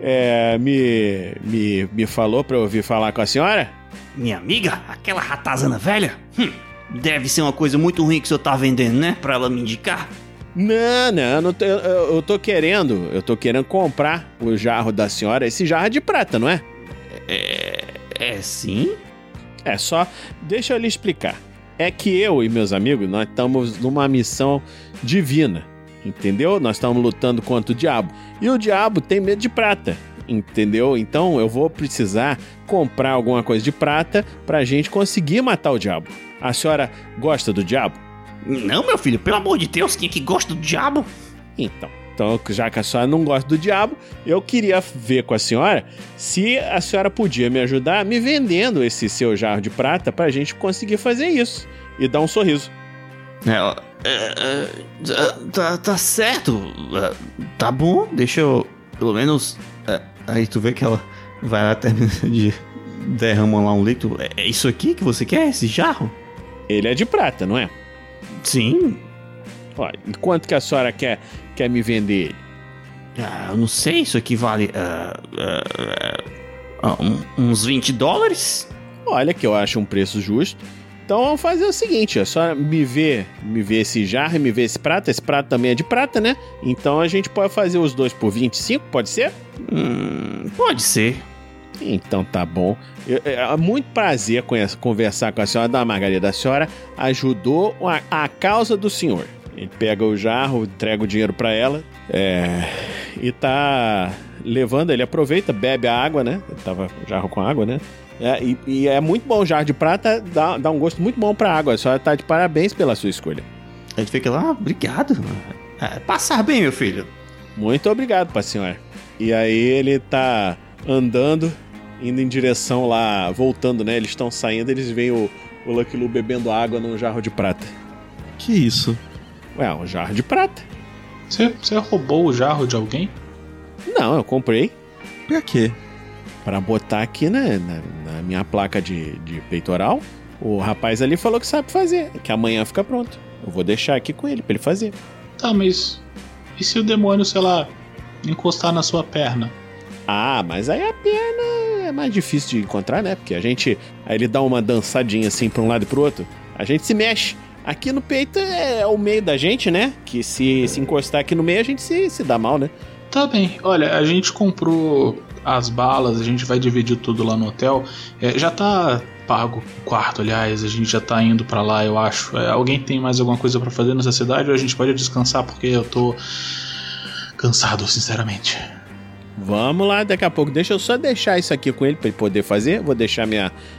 me falou pra eu vir falar com a senhora? Minha amiga? Aquela ratazana velha? Deve ser uma coisa muito ruim que o senhor tá vendendo, né? Pra ela me indicar. Não, eu tô querendo comprar o jarro da senhora, esse jarro é de prata, não é? É sim? É só, deixa eu lhe explicar. É que eu e meus amigos, nós estamos numa missão divina, entendeu? Nós estamos lutando contra o diabo. E o diabo tem medo de prata, entendeu? Então eu vou precisar comprar alguma coisa de prata pra gente conseguir matar o diabo. A senhora gosta do diabo? Não, meu filho, pelo amor de Deus, quem é que gosta do diabo? Então, já que a senhora não gosta do diabo, eu queria ver com a senhora se a senhora podia me ajudar me vendendo esse seu jarro de prata pra gente conseguir fazer isso e dar um sorriso. Tá certo. Tá bom, deixa eu, pelo menos... aí tu vê que ela vai lá, termina de derramar lá um litro. É isso aqui que você quer, esse jarro? Ele é de prata, não é? Sim. Olha, e quanto que a senhora quer me vender ele? Eu não sei, isso aqui vale uns $20. Olha que eu acho um preço justo. Então vamos fazer o seguinte, a senhora me vê esse jarro e me vê esse prato também é de prata, né? Então a gente pode fazer os dois por 25, pode ser? Pode ser. Então tá bom. É muito prazer conversar com a senhora, Dona Margarida. A senhora ajudou a causa do senhor. Ele pega o jarro, entrega o dinheiro pra ela e tá levando, ele aproveita, bebe a água, né? Ele tava jarro com água, né? E é muito bom, o jarro de prata dá um gosto muito bom pra água. A senhora tá de parabéns pela sua escolha. A gente fica lá, obrigado. Passar bem, meu filho. Muito obrigado pra senhora. E aí ele tá andando, indo em direção lá, voltando, né? Eles estão saindo, eles veem o Lucky Lu bebendo água num jarro de prata. Que isso? Um jarro de prata. Você roubou o jarro de alguém? Não, eu comprei. Pra quê? Pra botar aqui na minha placa de peitoral. O rapaz ali falou que sabe fazer, que amanhã fica pronto. Eu vou deixar aqui com ele pra ele fazer. Tá, mas e se o demônio, sei lá, encostar na sua perna? Mas aí a perna é mais difícil de encontrar, né? Porque aí ele dá uma dançadinha assim pra um lado e pro outro. A gente se mexe. Aqui no peito é o meio da gente, né? Que se encostar aqui no meio, a gente se dá mal, né? Tá bem. Olha, a gente comprou as balas, a gente vai dividir tudo lá no hotel. Já tá pago o quarto, aliás, a gente já tá indo pra lá, eu acho. Alguém tem mais alguma coisa pra fazer nessa cidade ou a gente pode descansar porque eu tô cansado, sinceramente. Vamos lá, daqui a pouco. Deixa eu só deixar isso aqui com ele pra ele poder fazer. Vou deixar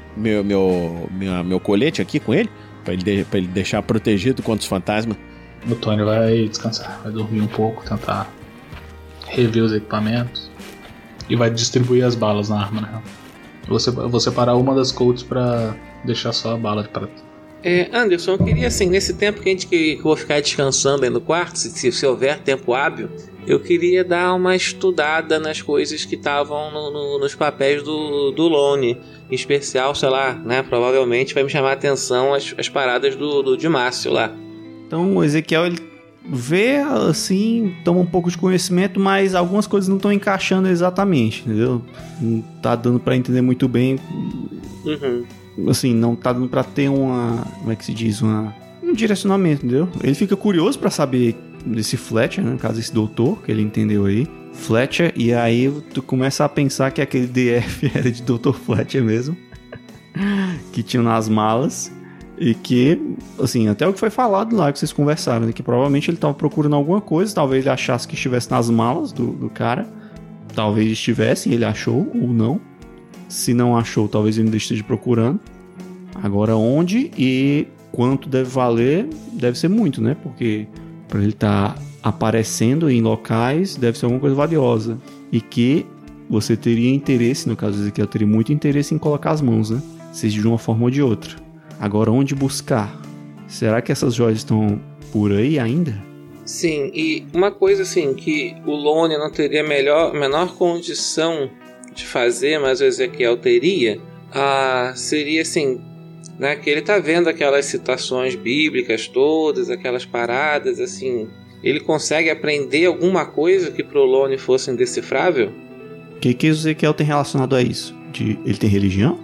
meu colete aqui com ele pra ele deixar protegido contra os fantasmas. O Tony vai descansar, vai dormir um pouco, tentar rever os equipamentos e vai distribuir as balas na arma, né? Eu vou separar uma das Colts pra deixar só a bala de prata. Anderson, eu queria assim, nesse tempo que eu vou ficar descansando aí no quarto, se houver tempo hábil, eu queria dar uma estudada nas coisas que estavam nos papéis do Lone. Em especial, sei lá, né? Provavelmente vai me chamar a atenção as paradas do Dimácio lá. Então o Ezequiel, ele vê assim, toma um pouco de conhecimento, mas algumas coisas não estão encaixando exatamente, entendeu? Não tá dando pra entender muito bem. Assim, não tá dando pra ter como é que se diz? Um direcionamento, entendeu? Ele fica curioso pra saber desse Fletcher, né? No caso, esse doutor, que ele entendeu aí. Fletcher, e aí tu começa a pensar que aquele DF era de Dr. Fletcher mesmo. Que tinha nas malas. E que, assim, até o que foi falado lá, que vocês conversaram, né? Que provavelmente ele tava procurando alguma coisa. Talvez ele achasse que estivesse nas malas do cara. Talvez estivesse e ele achou, ou não. Se não achou, talvez ele ainda esteja procurando. Agora onde e quanto deve valer, deve ser muito, né? Porque pra ele estar aparecendo em locais, deve ser alguma coisa valiosa. E que você teria interesse, no caso do Ezequiel, teria muito interesse em colocar as mãos, né? Seja de uma forma ou de outra. Agora, onde buscar? Será que essas joias estão por aí ainda? Sim, e uma coisa assim que o Lone não teria menor condição de fazer, mas o Ezequiel teria, seria assim, né, que ele tá vendo aquelas citações bíblicas todas, aquelas paradas, assim, ele consegue aprender alguma coisa que pro Lone fosse indecifrável? O que o Ezequiel tem relacionado a isso? Ele tem religião?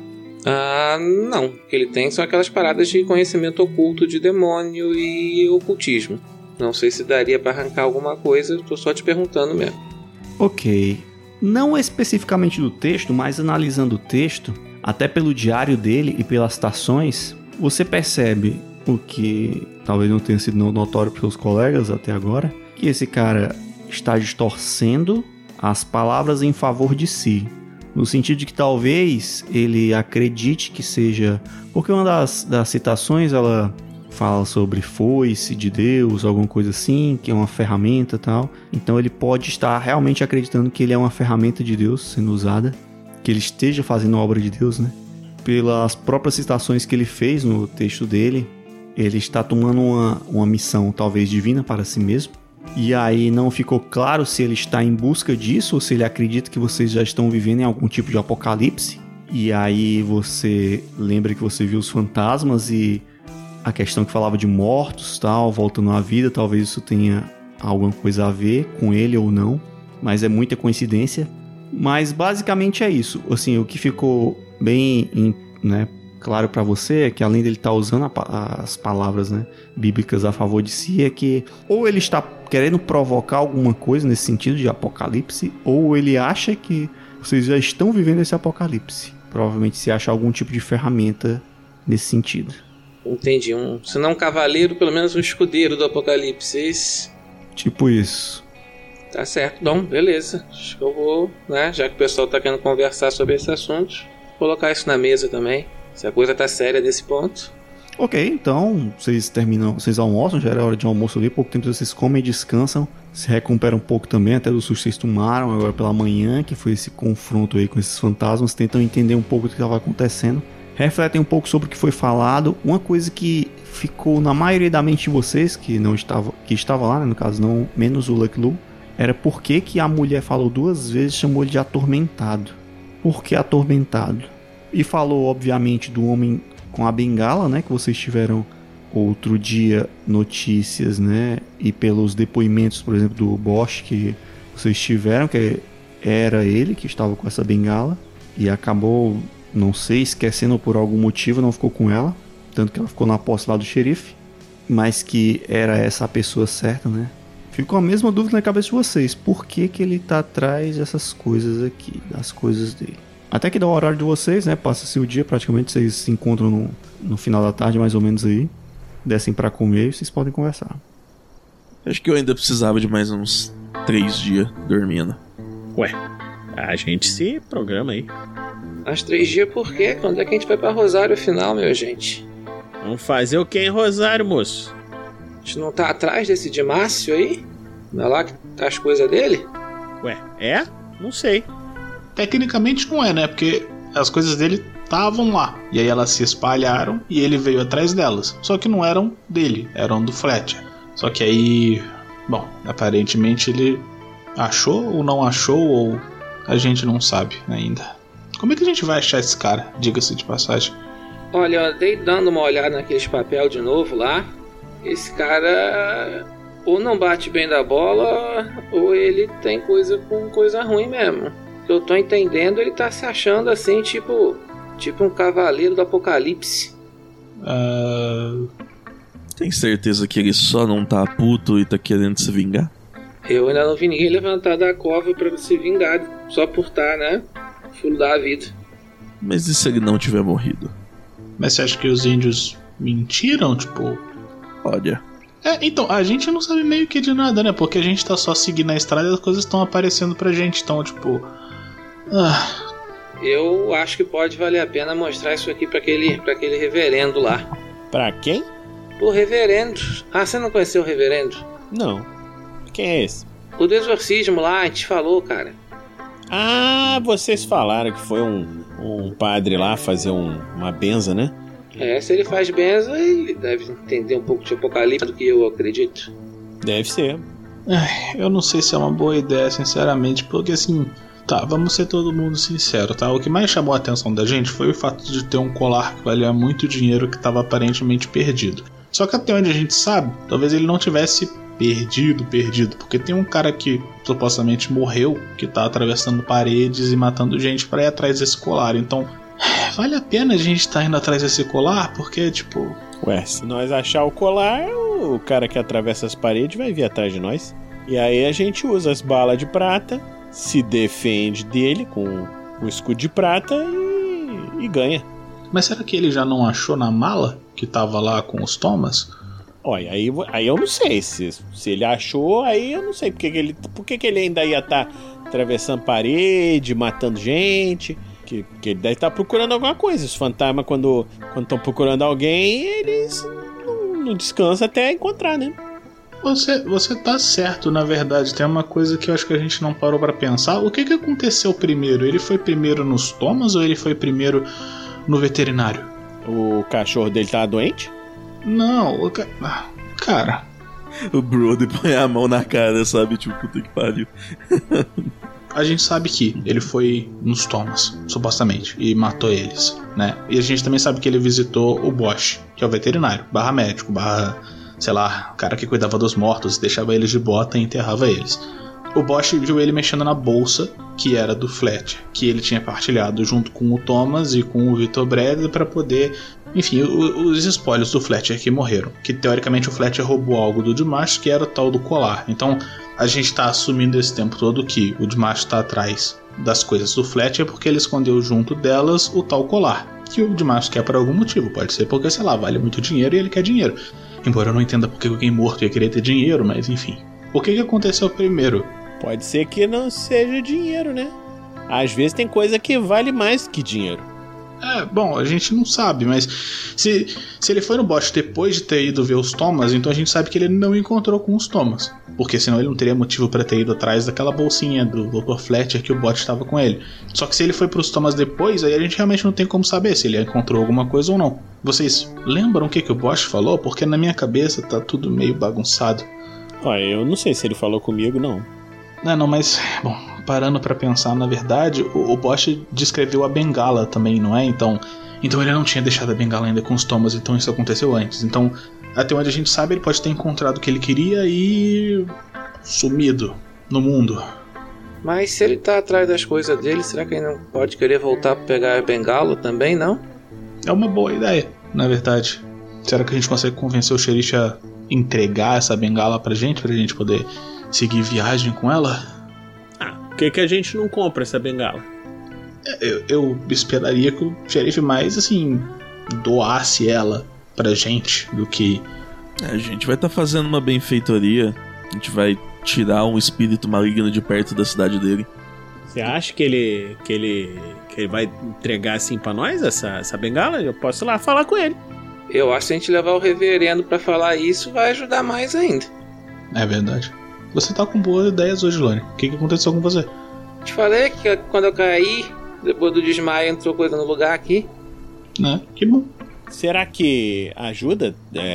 Não. O que ele tem são aquelas paradas de conhecimento oculto de demônio e ocultismo. Não sei se daria pra arrancar alguma coisa, tô só te perguntando mesmo. Ok. Não especificamente do texto, mas analisando o texto, até pelo diário dele e pelas citações, você percebe o que talvez não tenha sido notório para seus colegas até agora, que esse cara está distorcendo as palavras em favor de si. No sentido de que talvez ele acredite que seja... Porque uma das citações, ela fala sobre foice de Deus, alguma coisa assim, que é uma ferramenta e tal. Então ele pode estar realmente acreditando que ele é uma ferramenta de Deus sendo usada, que ele esteja fazendo a obra de Deus, né? Pelas próprias citações que ele fez no texto dele, ele está tomando uma missão talvez divina para si mesmo. E aí não ficou claro se ele está em busca disso ou se ele acredita que vocês já estão vivendo em algum tipo de apocalipse. E aí você lembra que você viu os fantasmas e a questão que falava de mortos, tal, voltando à vida, talvez isso tenha alguma coisa a ver com ele ou não, mas é muita coincidência. Mas basicamente é isso. Assim, o que ficou bem, né, claro para você é que além dele estar usando as palavras, né, bíblicas a favor de si, é que ou ele está querendo provocar alguma coisa nesse sentido de apocalipse, ou ele acha que vocês já estão vivendo esse apocalipse. Provavelmente se acha algum tipo de ferramenta nesse sentido. Entendi. Se não um cavaleiro, pelo menos um escudeiro do apocalipse. Tipo isso. Tá certo. Então, beleza. Acho que eu vou, né, já que o pessoal tá querendo conversar sobre esse assunto, colocar isso na mesa também. Se a coisa tá séria nesse ponto. Ok, então vocês almoçam, já era hora de almoço ali, pouco tempo vocês comem e descansam, se recuperam um pouco também, até do susto que vocês tomaram agora pela manhã, que foi esse confronto aí com esses fantasmas, tentam entender um pouco do que estava acontecendo, refletem um pouco sobre o que foi falado. Uma coisa que ficou na maioria da mente de vocês, que estava lá, né, no caso não, menos o Lucky Lu, era por que a mulher falou 2 vezes, chamou ele de atormentado. Por que atormentado? E falou, obviamente, do homem com a bengala, né? Que vocês tiveram outro dia notícias, né? E pelos depoimentos, por exemplo, do Bosch que vocês tiveram, que era ele que estava com essa bengala. E acabou, não sei, esquecendo por algum motivo, não ficou com ela. Tanto que ela ficou na posse lá do xerife. Mas que era essa a pessoa certa, né? Ficou a mesma dúvida na cabeça de vocês. Por que ele tá atrás dessas coisas aqui, das coisas dele? Até que dá o horário de vocês, né? Passa-se o dia, praticamente vocês se encontram no final da tarde, mais ou menos aí. Descem pra comer e vocês podem conversar. Acho que eu ainda precisava de mais uns 3 dias dormindo. Ué, a gente se programa aí. Mas 3 dias por quê? Quando é que a gente vai pra Rosário final, meu gente? Vamos fazer o que em Rosário, moço? A gente não tá atrás desse de Márcio aí? Não é lá que tá as coisas dele? Ué, é? Não sei. Tecnicamente não é, né? Porque as coisas dele estavam lá. E aí elas se espalharam e ele veio atrás delas. Só que não eram dele, eram do Fletcher. Só que aí... Bom, aparentemente ele achou ou não achou, ou a gente não sabe ainda. Como é que a gente vai achar esse cara? Diga-se de passagem. Olha, eu dei dando uma olhada naqueles papel de novo lá. Esse cara... ou não bate bem da bola, ou ele tem coisa com coisa ruim mesmo. Que eu tô entendendo, ele tá se achando assim, tipo um cavaleiro do apocalipse. Tem certeza que ele só não tá puto e tá querendo se vingar? Eu ainda não vi ninguém levantar da cova pra se vingar, só por tá, né? Filho da vida. Mas e se ele não tiver morrido? Mas você acha que os índios mentiram, tipo... Olha... então, a gente não sabe meio que de nada, né? Porque a gente tá só seguindo a estrada e as coisas estão aparecendo pra gente. Então, tipo... Eu acho que pode valer a pena mostrar isso aqui pra aquele reverendo lá. Pra quem? O reverendo. Ah, você não conheceu o reverendo? Não. Quem é esse? O do exorcismo lá, a gente falou, cara. Ah, vocês falaram que foi um padre lá fazer uma benza, né? Se ele faz benza, ele deve entender um pouco de Apocalipse do que eu acredito. Deve ser. Eu não sei se é uma boa ideia, sinceramente, porque assim... Tá, vamos ser todo mundo sincero, tá? O que mais chamou a atenção da gente foi o fato de ter um colar que valia muito dinheiro que estava aparentemente perdido. Só que até onde a gente sabe, talvez ele não tivesse perdido, porque tem um cara que supostamente morreu, que tá atravessando paredes e matando gente pra ir atrás desse colar. Então, vale a pena a gente estar indo atrás desse colar? Porque, tipo... Ué, se nós achar o colar, o cara que atravessa as paredes vai vir atrás de nós. E aí a gente usa as balas de prata, se defende dele com o escudo de prata e ganha. Mas será que ele já não achou na mala que tava lá com os Thomas? Olha, aí eu não sei. Se ele achou, aí eu não sei por que ele ainda ia estar atravessando parede, matando gente. Que ele deve estar procurando alguma coisa. Os fantasmas, quando estão procurando alguém, eles não descansam até encontrar, né? Você tá certo, na verdade. Tem uma coisa que eu acho que a gente não parou pra pensar. O que aconteceu primeiro? Ele foi primeiro nos Thomas ou ele foi primeiro no veterinário? O cachorro dele tava doente? Não, cara... O Brody põe a mão na cara, sabe? Tipo, puta que pariu. A gente sabe que ele foi nos Thomas, supostamente, e matou eles, né? E a gente também sabe que ele visitou o Bosch, que é o veterinário, / médico, / sei lá, o cara que cuidava dos mortos, deixava eles de bota e enterrava eles. O Bosch viu ele mexendo na bolsa, que era do Fletcher, que ele tinha partilhado junto com o Thomas e com o Victor Bradley para poder... Enfim, os espólios do Fletcher que morreram. Que teoricamente o Fletcher roubou algo do Dimash, que era o tal do colar. Então a gente está assumindo esse tempo todo que o Dimash está atrás das coisas do Fletcher porque ele escondeu junto delas o tal colar. Que o Dimash quer por algum motivo. Pode ser porque, sei lá, vale muito dinheiro e ele quer dinheiro. Embora eu não entenda porque alguém morto ia querer ter dinheiro, mas enfim. O que aconteceu primeiro? Pode ser que não seja dinheiro, né? Às vezes tem coisa que vale mais que dinheiro. Bom, a gente não sabe, mas se ele foi no Bosch depois de ter ido ver os Thomas, então a gente sabe que ele não encontrou com os Thomas. Porque senão ele não teria motivo para ter ido atrás daquela bolsinha do Dr. Fletcher que o Bosch estava com ele. Só que se ele foi pros Thomas depois, aí a gente realmente não tem como saber se ele encontrou alguma coisa ou não. Vocês lembram o que o Bosch falou? Porque na minha cabeça tá tudo meio bagunçado. Eu não sei se ele falou comigo, não. Não, mas, bom, parando pra pensar, na verdade, o Bosch descreveu a bengala também, não é? Então ele não tinha deixado a bengala ainda com os Thomas, então isso aconteceu antes. Então, até onde a gente sabe, ele pode ter encontrado o que ele queria e... sumido no mundo. Mas se ele tá atrás das coisas dele, será que ele não pode querer voltar pra pegar a bengala também, não? É uma boa ideia, na verdade. Será que a gente consegue convencer o xerife a entregar essa bengala pra gente poder... seguir viagem com ela? Por que a gente não compra essa bengala? Eu esperaria que o xerife mais, assim, doasse ela pra gente do que... A gente vai estar fazendo uma benfeitoria. A gente vai tirar um espírito maligno de perto da cidade dele. Você acha que ele vai entregar assim pra nós essa bengala? Eu posso ir lá falar com ele. Eu acho que se a gente levar o reverendo pra falar isso, vai ajudar mais ainda. É verdade. Você tá com boas ideias hoje, Lone. O que aconteceu com você? Te falei que quando eu caí, depois do desmaio, entrou coisa no lugar aqui. Que bom. Será que ajuda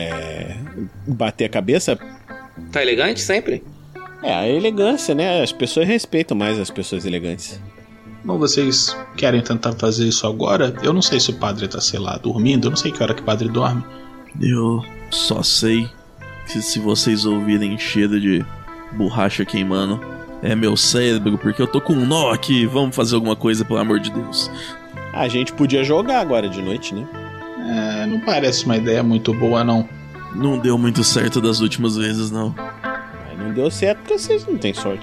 bater a cabeça? Tá elegante sempre? A elegância, né? As pessoas respeitam mais as pessoas elegantes. Bom, vocês querem tentar fazer isso agora? Eu não sei se o padre tá, sei lá, dormindo. Eu não sei que hora que o padre dorme. Eu só sei que se vocês ouvirem cheiro de borracha queimando, é meu cérebro, porque eu tô com um nó aqui. Vamos fazer alguma coisa, pelo amor de Deus. A gente podia jogar agora de noite, né? Não parece uma ideia muito boa, não. Não deu muito certo das últimas vezes, não. Não deu certo porque vocês não têm sorte.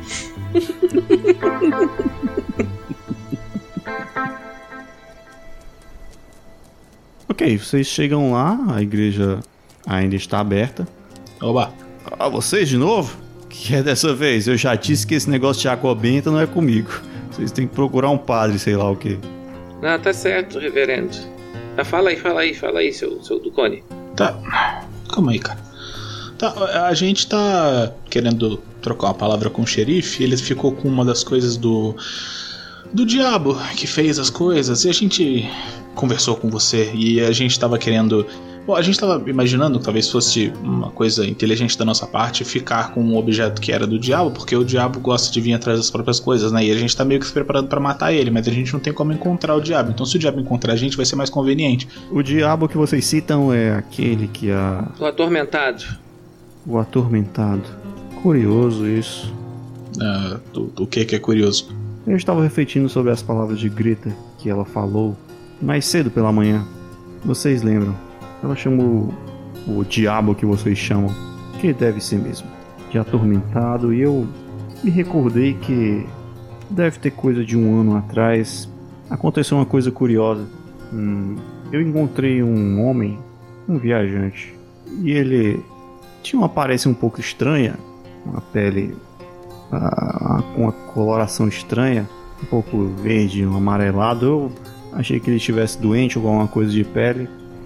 Ok, vocês chegam lá, a igreja ainda está aberta. Oba! Vocês de novo? Que é dessa vez? Eu já disse que esse negócio de água benta não é comigo. Vocês têm que procurar um padre, sei lá o quê. Não, tá certo, reverendo. Fala aí, seu Ducone. Tá, calma aí, cara. Tá, a gente tá querendo trocar uma palavra com o xerife. Ele ficou com uma das coisas do diabo que fez as coisas. E a gente conversou com você. E a gente tava querendo... Bom, a gente tava imaginando que talvez fosse uma coisa inteligente da nossa parte ficar com um objeto que era do diabo, porque o diabo gosta de vir atrás das próprias coisas, né? E a gente tá meio que se preparando pra matar ele, mas a gente não tem como encontrar o diabo. Então se o diabo encontrar a gente, vai ser mais conveniente. O diabo que vocês citam é aquele que O atormentado. O atormentado. Curioso isso. O que é curioso? Eu estava refletindo sobre as palavras de Greta que ela falou mais cedo pela manhã. Vocês lembram? Ela chamou o diabo que vocês chamam, que deve ser mesmo, de atormentado, e eu me recordei que deve ter coisa de 1 ano atrás. Aconteceu uma coisa curiosa. Eu encontrei um homem, um viajante, e ele tinha uma aparência um pouco estranha, uma pele com uma coloração estranha, um pouco verde, um amarelado. Eu achei que ele estivesse doente ou alguma coisa de pele.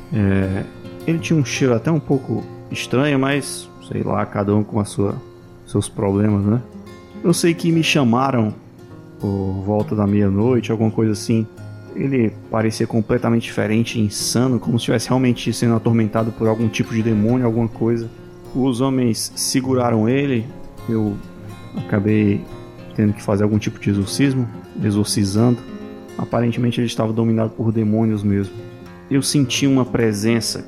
Ele tinha um cheiro até um pouco estranho, mas sei lá, cada um com seus problemas, né? Eu sei que me chamaram por volta da meia-noite, alguma coisa assim. Ele parecia completamente diferente, insano, como se estivesse realmente sendo atormentado por algum tipo de demônio, alguma coisa. Os homens seguraram ele, eu acabei tendo que fazer algum tipo de exorcizando. Aparentemente ele estava dominado por demônios mesmo. Eu senti uma presença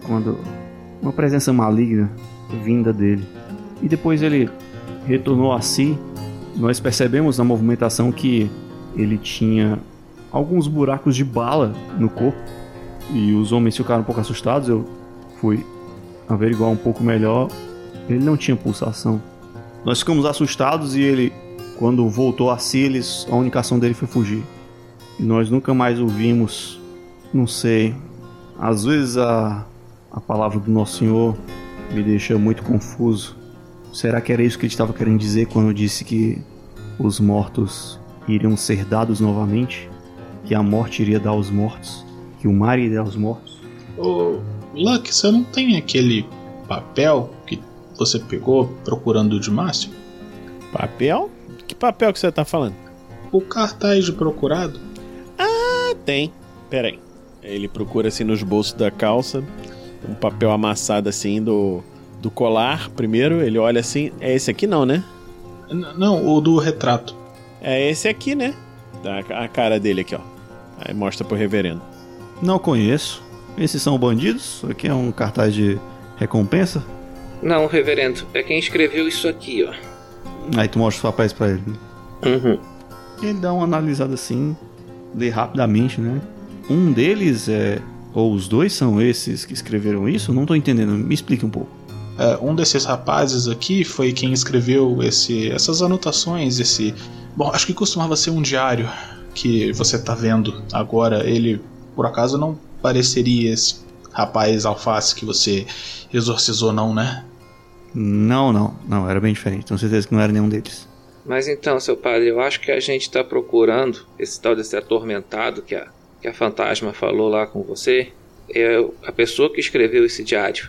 maligna vinda dele. E depois ele retornou a si. Nós percebemos na movimentação que ele tinha alguns buracos de bala no corpo. E os homens ficaram um pouco assustados. Eu fui averiguar um pouco melhor. Ele não tinha pulsação. Nós ficamos assustados e ele, quando voltou a si, a única ação dele foi fugir. E nós nunca mais o vimos. Não sei. Às vezes a palavra do Nosso Senhor me deixa muito confuso. Será que era isso que ele estava querendo dizer quando disse que os mortos iriam ser dados novamente? Que a morte iria dar aos mortos? Que o mar iria dar aos mortos? Ô, Luck, você não tem aquele papel que você pegou procurando o de Márcio? Papel? Que papel que você tá falando? O cartaz de procurado. Ah, tem. Pera aí. Ele procura assim nos bolsos da calça, um papel amassado assim do colar. Primeiro ele olha assim, é esse aqui não, né? Não, o do retrato. É esse aqui, né? A cara dele aqui, ó. Aí mostra pro reverendo. Não conheço. Esses são bandidos? Isso aqui é um cartaz de recompensa? Não, reverendo, é quem escreveu isso aqui, ó. Aí tu mostra os papéis pra ele. Uhum. Ele dá uma analisada assim, lê rapidamente, né? Um deles ou os dois são esses que escreveram isso? Não tô entendendo, me explique um pouco. Um desses rapazes aqui foi quem escreveu essas anotações, Bom, acho que costumava ser um diário que você tá vendo agora. Ele, por acaso, não pareceria esse rapaz alface que você exorcizou, não, né? Não, era bem diferente, tenho certeza que não era nenhum deles. Mas então, seu padre, eu acho que a gente tá procurando esse tal desse atormentado que a fantasma falou lá com você. É a pessoa que escreveu esse diário.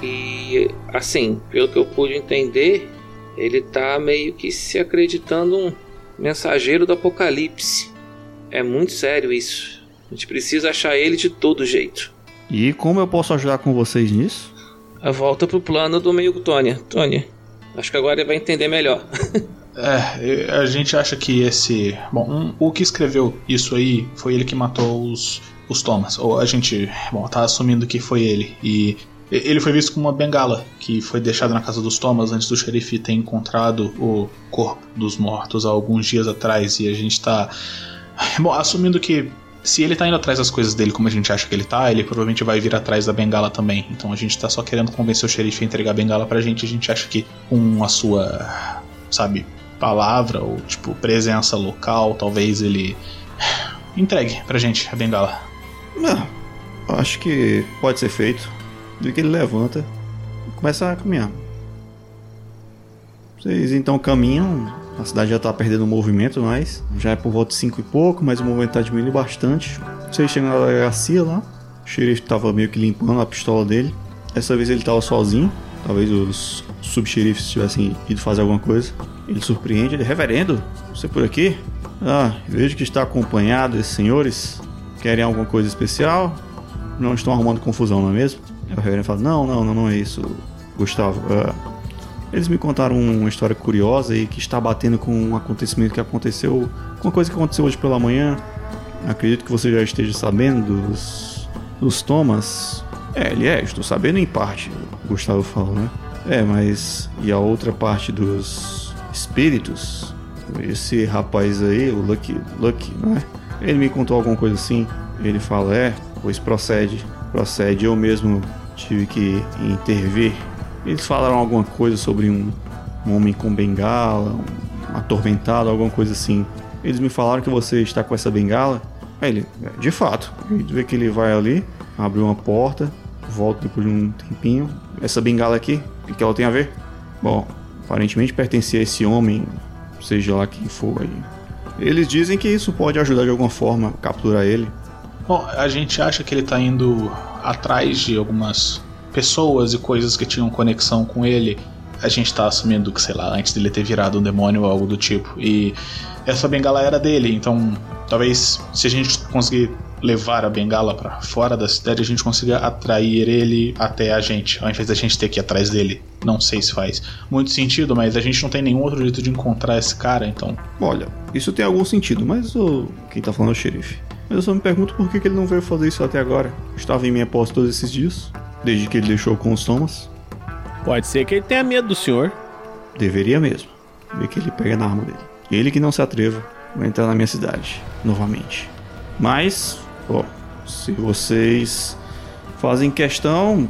E, assim, pelo que eu pude entender, ele tá meio que se acreditando um mensageiro do apocalipse. É muito sério isso. A gente precisa achar ele de todo jeito. E como eu posso ajudar com vocês nisso? A volta pro plano do meio Tônia. Acho que agora ele vai entender melhor. A gente acha que esse... Bom, o que escreveu isso aí foi ele que matou os Thomas. Ou a gente, tá assumindo que foi ele. E ele foi visto com uma bengala que foi deixada na casa dos Thomas antes do xerife ter encontrado o corpo dos mortos há alguns dias atrás. E a gente tá... assumindo que se ele tá indo atrás das coisas dele como a gente acha que ele tá, ele provavelmente vai vir atrás da bengala também. Então a gente tá só querendo convencer o xerife a entregar a bengala pra gente. A gente acha que com a sua, palavra ou presença local, talvez ele entregue pra gente a bengala. Acho que pode ser feito. Do que ele levanta e começa a caminhar. Vocês então caminham. A cidade já está perdendo o movimento, mas já é por volta de 5 e pouco, mas o movimento está diminuindo bastante. Vocês chegam na delegacia lá. O xerife estava meio que limpando a pistola dele. Dessa vez ele estava sozinho. Talvez os subxerifes tivessem ido fazer alguma coisa. Ele surpreende, ele: reverendo, você por aqui? Ah, vejo que está acompanhado esses senhores. Querem alguma coisa especial? Não estão arrumando confusão, não é mesmo? Aí o reverendo fala: não é isso, Gustavo. Eles me contaram uma história curiosa e que está batendo com um acontecimento que aconteceu, com uma coisa que aconteceu hoje pela manhã. Acredito que você já esteja sabendo dos Thomas. Estou sabendo em parte, o Gustavo falou, né? Mas e a outra parte dos espíritos? Esse rapaz aí, o Lucky, não é? Ele me contou alguma coisa assim. Ele fala: pois procede, eu mesmo tive que intervir. Eles falaram alguma coisa sobre um homem com bengala, um atormentado, alguma coisa assim. Eles me falaram que você está com essa bengala. Aí ele: de fato. A gente vê que ele vai ali, abre uma porta, volta depois de um tempinho. Essa bengala aqui, o que ela tem a ver? Bom, aparentemente pertencia a esse homem, seja lá quem for aí. Eles dizem que isso pode ajudar de alguma forma a capturar ele. Bom, a gente acha que ele tá indo atrás de algumas pessoas e coisas que tinham conexão com ele. A gente tá assumindo que, sei lá, antes dele ter virado um demônio ou algo do tipo. E essa bengala era dele, então talvez se a gente conseguir levar a bengala pra fora da cidade, a gente consiga atrair ele até a gente, ao invés da gente ter que ir atrás dele. Não sei se faz muito sentido, mas a gente não tem nenhum outro jeito de encontrar esse cara, então... Olha, isso tem algum sentido, mas quem tá falando é o xerife. Mas eu só me pergunto por que ele não veio fazer isso até agora. Estava em minha posse todos esses dias, desde que ele deixou com os Thomas. Pode ser que ele tenha medo do senhor. Deveria mesmo. Ver que ele pega na arma dele. Ele que não se atreva a entrar na minha cidade novamente. Mas, se vocês fazem questão,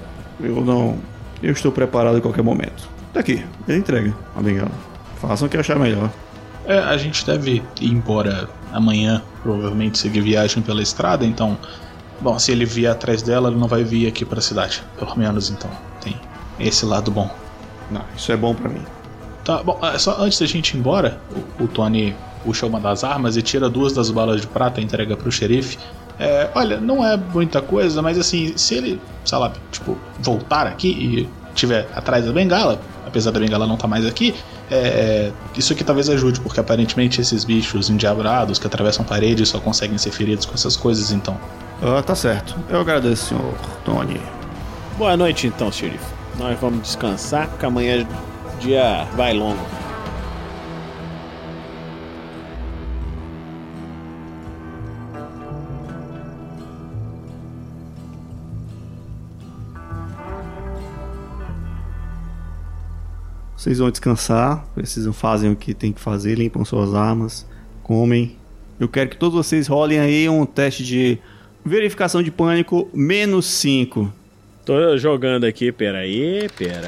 eu estou preparado a qualquer momento. Tá aqui, ele entrega a bengala. Façam o que achar melhor. A gente deve ir embora amanhã, provavelmente seguir viagem pela estrada, então... Bom, se ele vier atrás dela, ele não vai vir aqui pra cidade. Pelo menos, então, tem esse lado bom. Não, isso é bom pra mim. Tá, bom, só antes da gente ir embora, o Tony puxa uma das armas e tira 2 das balas de prata e entrega pro xerife. Olha, não é muita coisa, mas assim, se ele, sei lá, tipo, voltar aqui e estiver atrás da bengala, apesar da bengala não estar mais aqui, isso aqui talvez ajude, porque aparentemente esses bichos endiabrados que atravessam paredes só conseguem ser feridos com essas coisas, então. Tá certo. Eu agradeço, senhor Tony. Boa noite então, xerife. Nós vamos descansar, porque amanhã o dia vai longo. Vocês vão descansar, fazem o que tem que fazer, limpam suas armas, comem. Eu quero que todos vocês rolem aí um teste de verificação de pânico -5. Tô jogando aqui, peraí.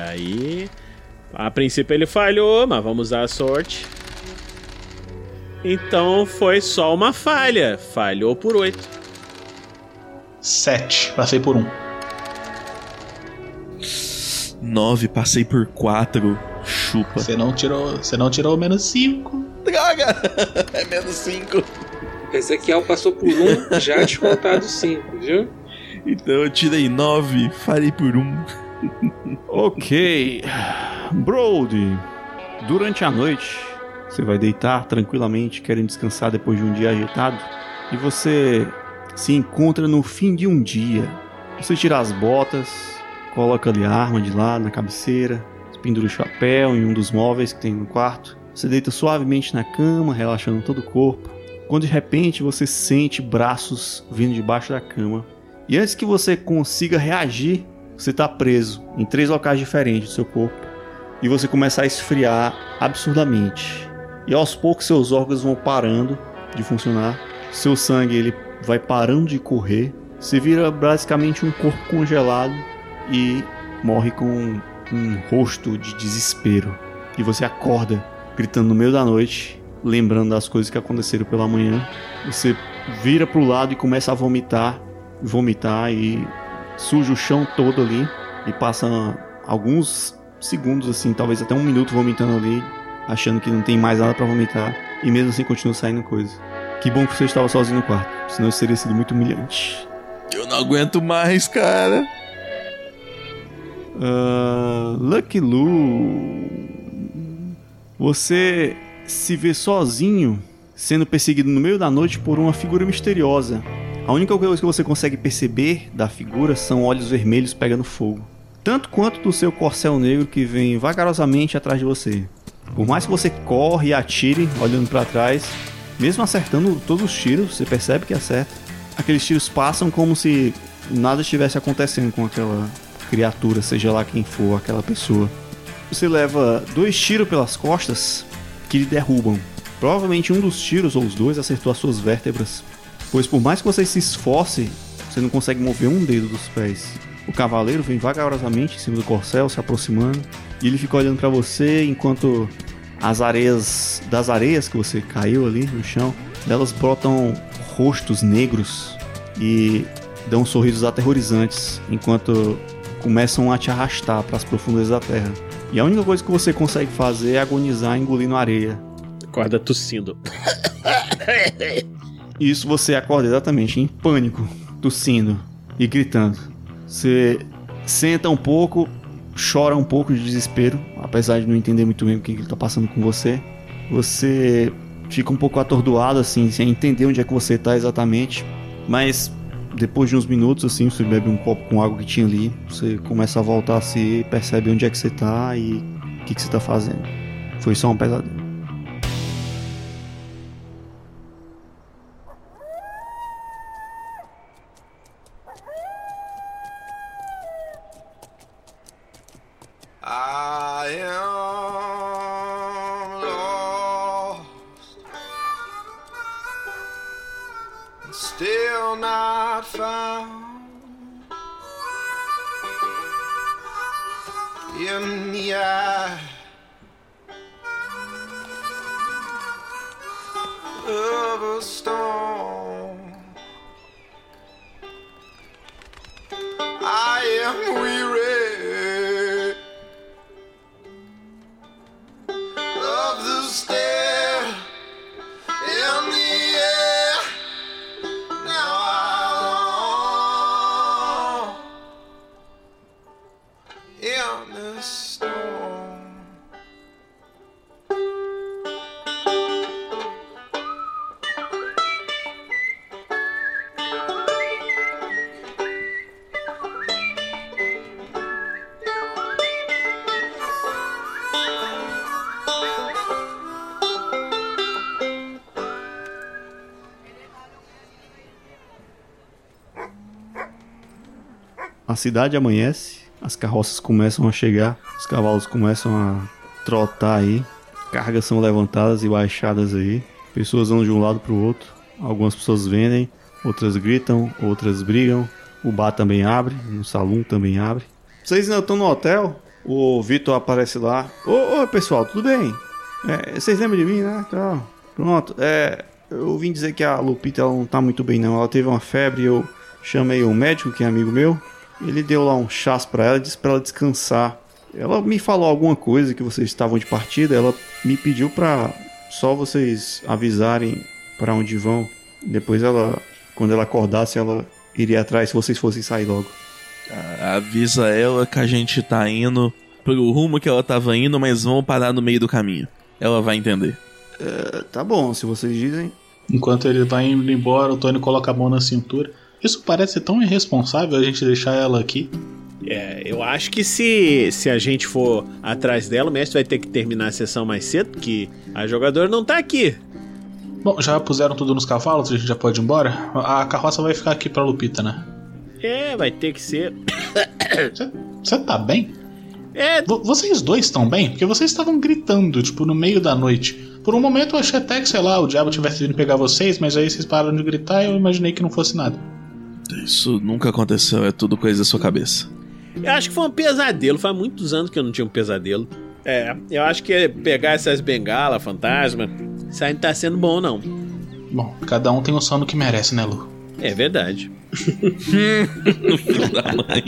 A princípio ele falhou, mas vamos usar a sorte. Então foi só uma falha. Falhou por 8. 7, passei por 1. 9, passei por 4. Chupa. Você não tirou -5. Droga! É -5. Ezequiel passou por 1, já descontado 5, viu? Então eu tirei 9, falei por 1. Ok. Brody, durante a noite, você vai deitar tranquilamente, querendo descansar depois de um dia agitado, e você se encontra no fim de um dia. Você tira as botas, coloca ali a arma de lado na cabeceira, pendura o chapéu em um dos móveis que tem no quarto. Você deita suavemente na cama, relaxando todo o corpo, quando de repente você sente braços vindo debaixo da cama. E antes que você consiga reagir, você está preso em 3 locais diferentes do seu corpo. E você começa a esfriar absurdamente. E aos poucos seus órgãos vão parando de funcionar. Seu sangue ele vai parando de correr. Você vira basicamente um corpo congelado e morre com um rosto de desespero. E você acorda gritando no meio da noite, lembrando das coisas que aconteceram pela manhã. Você vira pro lado e começa a vomitar e suja o chão todo ali. E passa alguns segundos, assim, talvez até 1 minuto vomitando ali, achando que não tem mais nada pra vomitar. E mesmo assim continua saindo coisa. Que bom que você estava sozinho no quarto, senão isso teria sido muito humilhante. Eu não aguento mais, cara. Lucky Lu, você se vê sozinho sendo perseguido no meio da noite por uma figura misteriosa. A única coisa que você consegue perceber da figura são olhos vermelhos pegando fogo, tanto quanto do seu corcel negro que vem vagarosamente atrás de você. Por mais que você corre e atire olhando para trás, mesmo acertando todos os tiros, você percebe que acerta. Aqueles tiros passam como se nada estivesse acontecendo com aquela criatura, seja lá quem for aquela pessoa. Você leva 2 tiros pelas costas que lhe derrubam. Provavelmente um dos tiros, ou os dois, acertou as suas vértebras, pois por mais que você se esforce, você não consegue mover um dedo dos pés. O cavaleiro vem vagarosamente em cima do corcel, se aproximando, e ele fica olhando para você enquanto das areias que você caiu ali no chão, delas brotam rostos negros e dão sorrisos aterrorizantes enquanto começam a te arrastar para as profundezas da terra. E a única coisa que você consegue fazer é agonizar engolindo areia. Acorda tossindo. Isso, você acorda exatamente em pânico, tossindo e gritando. Você senta um pouco, chora um pouco de desespero, apesar de não entender muito bem o que ele está passando com você. Você fica um pouco atordoado, assim, sem entender onde é que você está exatamente. Mas depois de uns minutos, assim, você bebe um copo com água que tinha ali, você começa a voltar a si, percebe onde é que você está e o que você está fazendo. Foi só um pesadelo. I am lost, still not found in the eye of a storm. I am weary of the stare in the air. Now I long in this storm. A cidade amanhece, as carroças começam a chegar, os cavalos começam a trotar aí, cargas são levantadas e baixadas aí, pessoas andam de um lado para o outro, algumas pessoas vendem, outras gritam, outras brigam, o bar também abre, o salão também abre. Vocês ainda estão no hotel? O Vitor aparece lá. Ô pessoal, tudo bem? Vocês lembram de mim, né? Tá. Pronto, eu vim dizer que a Lupita ela não tá muito bem não, ela teve uma febre, eu chamei um médico que é amigo meu. Ele deu lá um chás pra ela e disse pra ela descansar. Ela me falou alguma coisa que vocês estavam de partida. Ela me pediu pra só vocês avisarem pra onde vão. Depois quando ela acordasse, ela iria atrás se vocês fossem sair logo. Avisa ela que a gente tá indo pro rumo que ela tava indo, mas vamos parar no meio do caminho. Ela vai entender. Tá bom, se vocês dizem. Enquanto ele vai indo embora, o Tony coloca a mão na cintura. Isso parece tão irresponsável a gente deixar ela aqui. Eu acho que se a gente for atrás dela, o mestre vai ter que terminar a sessão mais cedo, porque a jogadora não tá aqui. Bom, já puseram tudo nos cavalos, a gente já pode ir embora? A carroça vai ficar aqui pra Lupita, né? Vai ter que ser. Você tá bem? Vocês dois estão bem? Porque vocês estavam gritando, tipo, no meio da noite. Por um momento eu achei até que, sei lá, o diabo tivesse vindo pegar vocês, mas aí vocês pararam de gritar e eu imaginei que não fosse nada. Isso nunca aconteceu, é tudo coisa da sua cabeça. Eu acho que foi um pesadelo, faz muitos anos que eu não tinha um pesadelo. Eu acho que pegar essas bengalas, fantasma, isso aí não tá sendo bom, não. Bom, cada um tem o sono que merece, né, Lu? É verdade. Filho da mãe.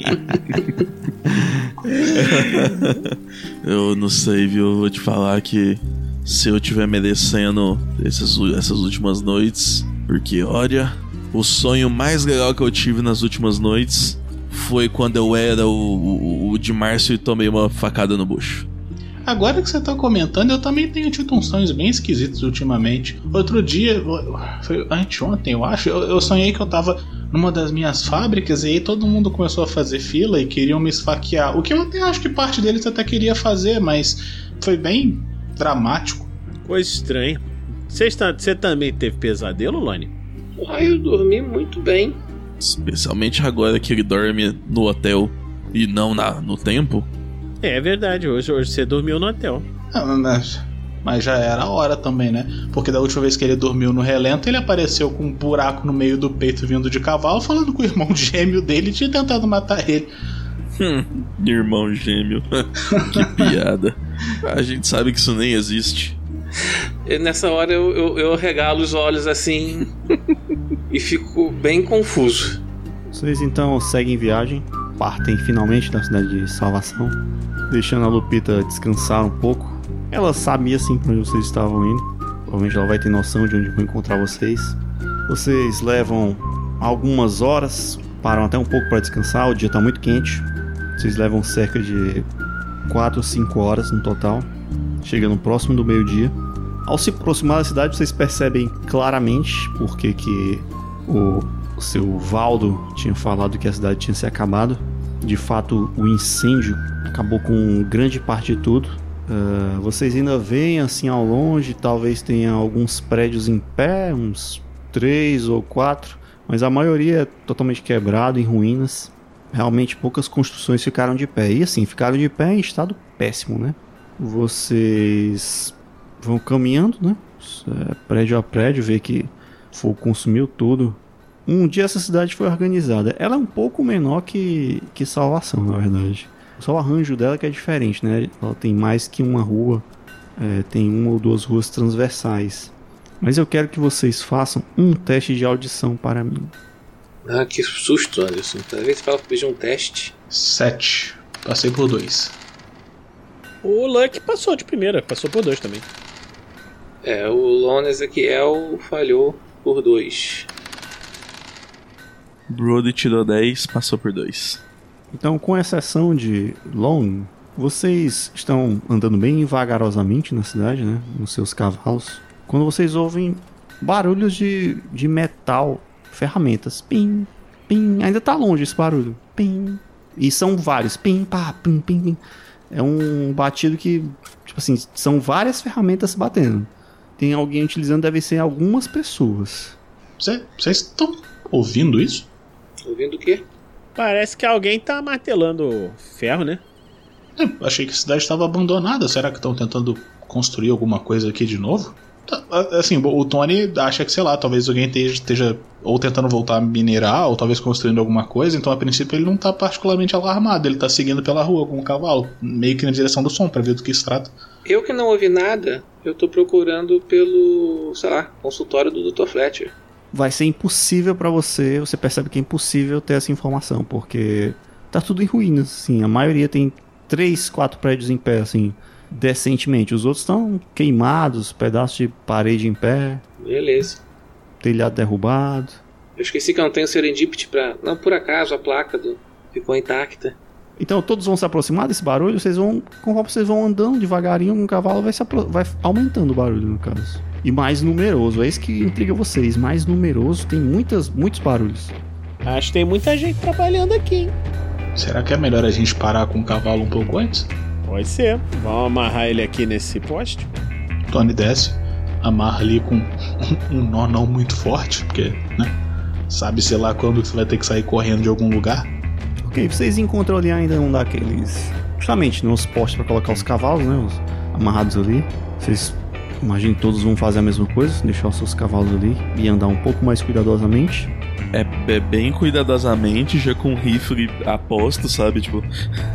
Eu não sei, viu? Eu vou te falar que se eu tiver merecendo essas últimas noites, porque olha, o sonho mais legal que eu tive nas últimas noites foi quando eu era o de Márcio e tomei uma facada no bucho. Agora que você tá comentando, eu também tenho tido uns sonhos bem esquisitos ultimamente. Outro dia, foi anteontem, eu acho, eu sonhei que eu tava numa das minhas fábricas e aí todo mundo começou a fazer fila e queriam me esfaquear. O que eu até acho que parte deles até queria fazer, mas foi bem dramático. Coisa estranha. Você também teve pesadelo, Lone? Eu dormi muito bem. Especialmente agora que ele dorme no hotel e não no tempo. É verdade, hoje você dormiu no hotel. Mas já era a hora também, né? Porque da última vez que ele dormiu no relento, ele apareceu com um buraco no meio do peito vindo de cavalo, falando que o irmão gêmeo dele tinha tentado matar ele. Irmão gêmeo. Que piada. A gente sabe que isso nem existe. E nessa hora eu regalo os olhos assim e fico bem confuso. Vocês então seguem viagem, partem finalmente da cidade de Salvação, deixando a Lupita descansar um pouco. Ela sabia sim pra onde vocês estavam indo. Provavelmente ela vai ter noção de onde vão encontrar vocês. Vocês levam algumas horas, param até um pouco para descansar. O dia tá muito quente. Vocês levam cerca de 4 ou 5 horas no total, chegando próximo do meio-dia. Ao se aproximar da cidade, vocês percebem claramente porque que o seu Valdo tinha falado que a cidade tinha se acabado. De fato, o incêndio acabou com grande parte de tudo. Vocês ainda veem assim ao longe, talvez tenha alguns prédios em pé, uns 3 ou 4, mas a maioria é totalmente quebrado, em ruínas. Realmente poucas construções ficaram de pé. E assim, ficaram de pé em estado péssimo, né? Vocês vão caminhando, né? Prédio a prédio, vê que fogo consumiu tudo. Um dia essa cidade foi organizada. Ela é um pouco menor que Salvação, na verdade. Só o arranjo dela que é diferente, né? Ela tem mais que uma rua. Tem 1 ou 2 ruas transversais. Mas eu quero que vocês façam um teste de audição para mim. Ah, que susto, Anderson. Cada vez que fala pra pedir um teste. 7. Passei por 2. O Luck passou de primeira, passou por 2 também. O Lone Ezequiel falhou por 2. Brody tirou 10, passou por 2. Então, com exceção de Lone, vocês estão andando bem vagarosamente na cidade, né? Nos seus cavalos. Quando vocês ouvem barulhos de metal, ferramentas. Pim, pim. Ainda tá longe esse barulho. Pim. E são vários. Pim, pá, pim, pim, pim. É um batido que, tipo assim, são várias ferramentas batendo. Tem alguém utilizando, deve ser algumas pessoas. Vocês estão ouvindo isso? Ouvindo o quê? Parece que alguém tá martelando ferro, né? Achei que a cidade estava abandonada. Será que estão tentando construir alguma coisa aqui de novo? Assim, o Tony acha que, sei lá, talvez alguém esteja ou tentando voltar a minerar, ou talvez construindo alguma coisa. Então, a princípio, ele não tá particularmente alarmado. Ele tá seguindo pela rua com o cavalo, meio que na direção do som, pra ver do que se trata. Eu que não ouvi nada, eu tô procurando pelo, sei lá, consultório do Dr. Fletcher. Vai ser impossível pra você percebe que é impossível ter essa informação, porque tá tudo em ruínas, assim. A maioria tem 3, 4 prédios em pé, assim, decentemente. Os outros estão queimados, pedaços de parede em pé. Beleza. Telhado derrubado. Eu esqueci que eu não tenho serendipity pra... Não, por acaso a placa ficou intacta. Então todos vão se aproximar desse barulho, conforme vocês vão andando devagarinho, um cavalo vai aumentando o barulho, no caso. E mais numeroso, é isso que intriga vocês. Mais numeroso, tem muitos barulhos. Acho que tem muita gente trabalhando aqui, hein? Será que é melhor a gente parar com o cavalo um pouco antes? Pode ser. Vamos amarrar ele aqui nesse poste? Tony desce, amarra ali com um nó não muito forte, porque, né? Sabe, sei lá, quando você vai ter que sair correndo de algum lugar. Ok, vocês encontram ali ainda um daqueles... Justamente, nos postes pra colocar os cavalos, né? Amarrados ali. Vocês... Imagino que todos vão fazer a mesma coisa, deixar os seus cavalos ali e andar um pouco mais cuidadosamente. É bem cuidadosamente, já com rifle a posto, sabe? Tipo...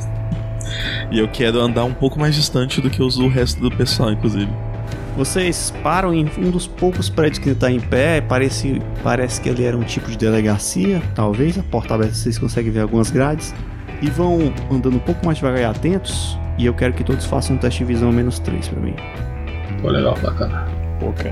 E eu quero andar um pouco mais distante do que o resto do pessoal, inclusive. Vocês param em um dos poucos prédios que está em pé. Parece que ali era um tipo de delegacia, talvez. A porta aberta, vocês conseguem ver algumas grades. E vão andando um pouco mais devagar e atentos. E eu quero que todos façam um teste de visão -3 pra mim. Pô, legal, bacana. Pô, cara.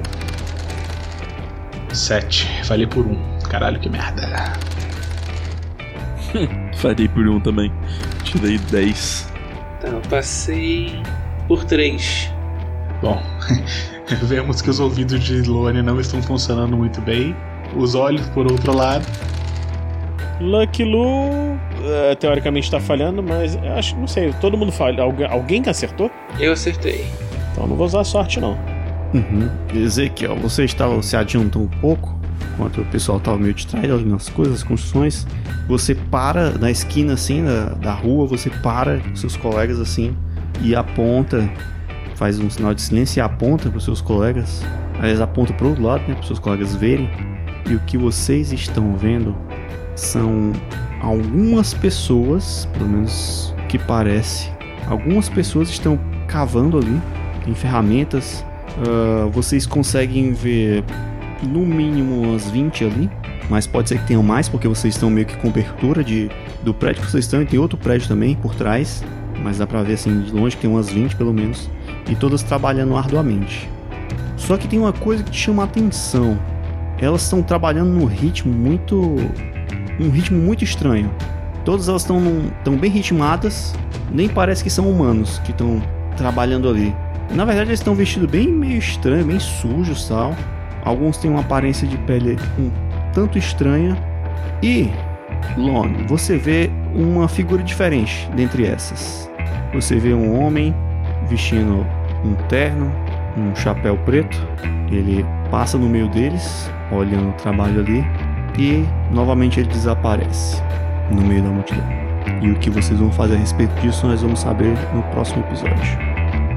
7, falei por 1. Caralho, que merda. Farei por 1 também. Tirei 10. Então, eu passei por 3. Bom, vemos que os ouvidos de Lone não estão funcionando muito bem. Os olhos, por outro lado. Lucky Lu, teoricamente tá falhando, mas acho, não sei, todo mundo falha. Alguém que acertou? Eu acertei. Então não vou usar a sorte, não. Ezequiel, você se adiantou um pouco, enquanto o pessoal estava meio distraído olhando as coisas, as construções. Você para na esquina, assim, da rua, você para com seus colegas, assim, e aponta, faz um sinal de silêncio e aponta para os seus colegas. Aliás, aponta para o outro lado, né, para os seus colegas verem. E o que vocês estão vendo são algumas pessoas, pelo menos que parece, algumas pessoas estão cavando ali, tem ferramentas. Vocês conseguem ver no mínimo umas 20 ali, mas pode ser que tenham mais, porque vocês estão meio que com cobertura do prédio que vocês estão, e tem outro prédio também por trás, mas dá pra ver assim de longe que tem umas 20 pelo menos, e todas trabalhando arduamente. Só que tem uma coisa que te chama a atenção: elas estão trabalhando num ritmo muito estranho. Todas elas estão bem ritmadas, nem parece que são humanos que estão trabalhando ali. Na verdade, eles estão vestidos bem meio estranho, bem sujos e tal. Alguns têm uma aparência de pele um tanto estranha. E, Lone, você vê uma figura diferente dentre essas. Você vê um homem vestindo um terno, um chapéu preto. Ele passa no meio deles, olhando o trabalho ali, e novamente ele desaparece no meio da multidão. E o que vocês vão fazer a respeito disso nós vamos saber no próximo episódio.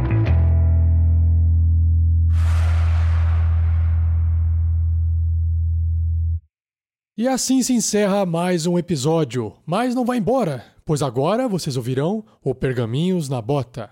E assim se encerra mais um episódio, mas não vai embora, pois agora vocês ouvirão o Pergaminhos na Bota.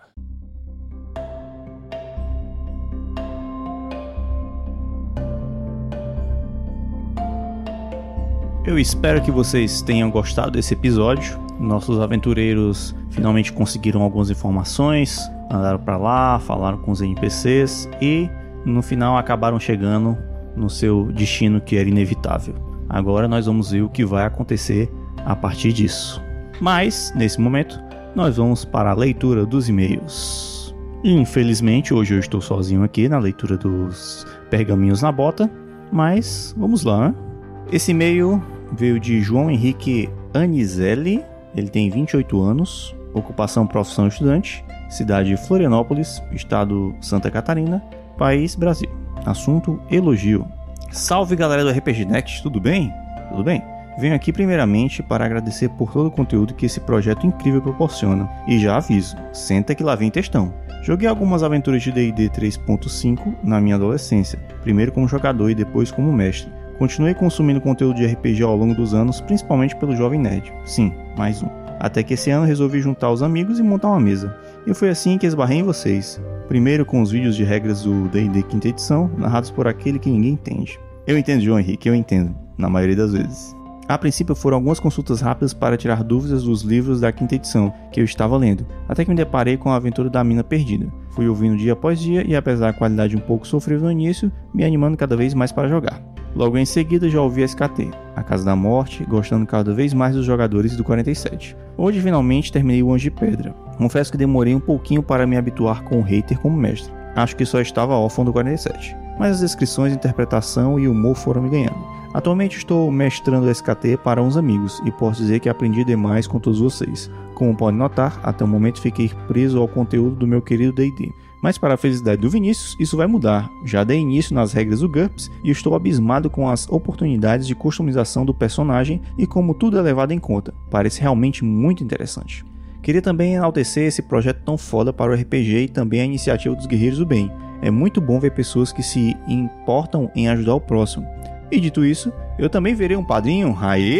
Eu espero que vocês tenham gostado desse episódio. Nossos aventureiros finalmente conseguiram algumas informações, andaram pra lá, falaram com os NPCs e no final acabaram chegando no seu destino, que era inevitável. Agora nós vamos ver o que vai acontecer a partir disso. Mas, nesse momento, nós vamos para a leitura dos e-mails. Infelizmente, hoje eu estou sozinho aqui na leitura dos Pergaminhos na Bota, mas vamos lá, né? Esse e-mail veio de João Henrique Anizelli, ele tem 28 anos, ocupação profissão estudante, cidade Florianópolis, estado Santa Catarina, país Brasil. Assunto elogio. Salve galera do RPG Next, tudo bem? Tudo bem? Venho aqui primeiramente para agradecer por todo o conteúdo que esse projeto incrível proporciona. E já aviso, senta que lá vem textão. Joguei algumas aventuras de D&D 3.5 na minha adolescência, primeiro como jogador e depois como mestre. Continuei consumindo conteúdo de RPG ao longo dos anos, principalmente pelo Jovem Nerd. Sim, mais um. Até que esse ano resolvi juntar os amigos e montar uma mesa. E foi assim que esbarrei em vocês. Primeiro com os vídeos de regras do D&D 5ª edição, narrados por aquele que ninguém entende. Eu entendo, João Henrique, eu entendo, na maioria das vezes. A princípio foram algumas consultas rápidas para tirar dúvidas dos livros da 5ª edição, que eu estava lendo, até que me deparei com a aventura da Mina Perdida. Fui ouvindo dia após dia e, apesar da qualidade um pouco sofrível no início, me animando cada vez mais para jogar. Logo em seguida já ouvi a SKT, a Casa da Morte, gostando cada vez mais dos jogadores do 47. Hoje finalmente terminei o Anjo de Pedra. Confesso que demorei um pouquinho para me habituar com o hater como mestre. Acho que só estava órfão do 47. Mas as descrições, interpretação e humor foram me ganhando. Atualmente estou mestrando SKT para uns amigos e posso dizer que aprendi demais com todos vocês. Como podem notar, até o momento fiquei preso ao conteúdo do meu querido D&D. Mas para a felicidade do Vinícius, isso vai mudar. Já dei início nas regras do GURPS e estou abismado com as oportunidades de customização do personagem e como tudo é levado em conta. Parece realmente muito interessante. Queria também enaltecer esse projeto tão foda para o RPG e também a iniciativa dos Guerreiros do Bem. É muito bom ver pessoas que se importam em ajudar o próximo. E dito isso, eu também verei um padrinho?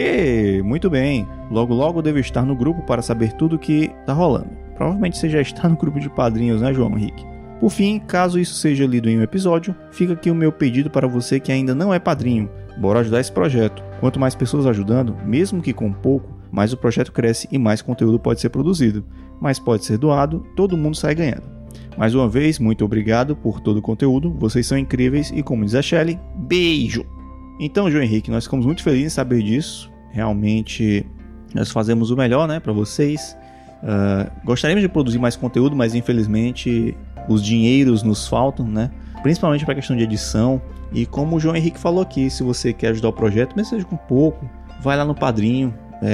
Aê! Muito bem! Logo logo devo estar no grupo para saber tudo o que tá rolando. Provavelmente você já está no grupo de padrinhos, né, João Henrique? Por fim, caso isso seja lido em um episódio, fica aqui o meu pedido para você que ainda não é padrinho. Bora ajudar esse projeto. Quanto mais pessoas ajudando, mesmo que com pouco, mais o projeto cresce e mais conteúdo pode ser produzido. Mas pode ser doado, todo mundo sai ganhando. Mais uma vez, muito obrigado por todo o conteúdo, vocês são incríveis e, como diz a Shelly, beijo! Então, João Henrique, nós ficamos muito felizes em saber disso. Realmente Nós fazemos o melhor, né, para vocês. Gostaríamos de produzir mais conteúdo, mas infelizmente os dinheiros nos faltam, né? Principalmente para a questão de edição. E como o João Henrique falou aqui, se você quer ajudar o projeto, mesmo seja com pouco, vai lá no Padrinho,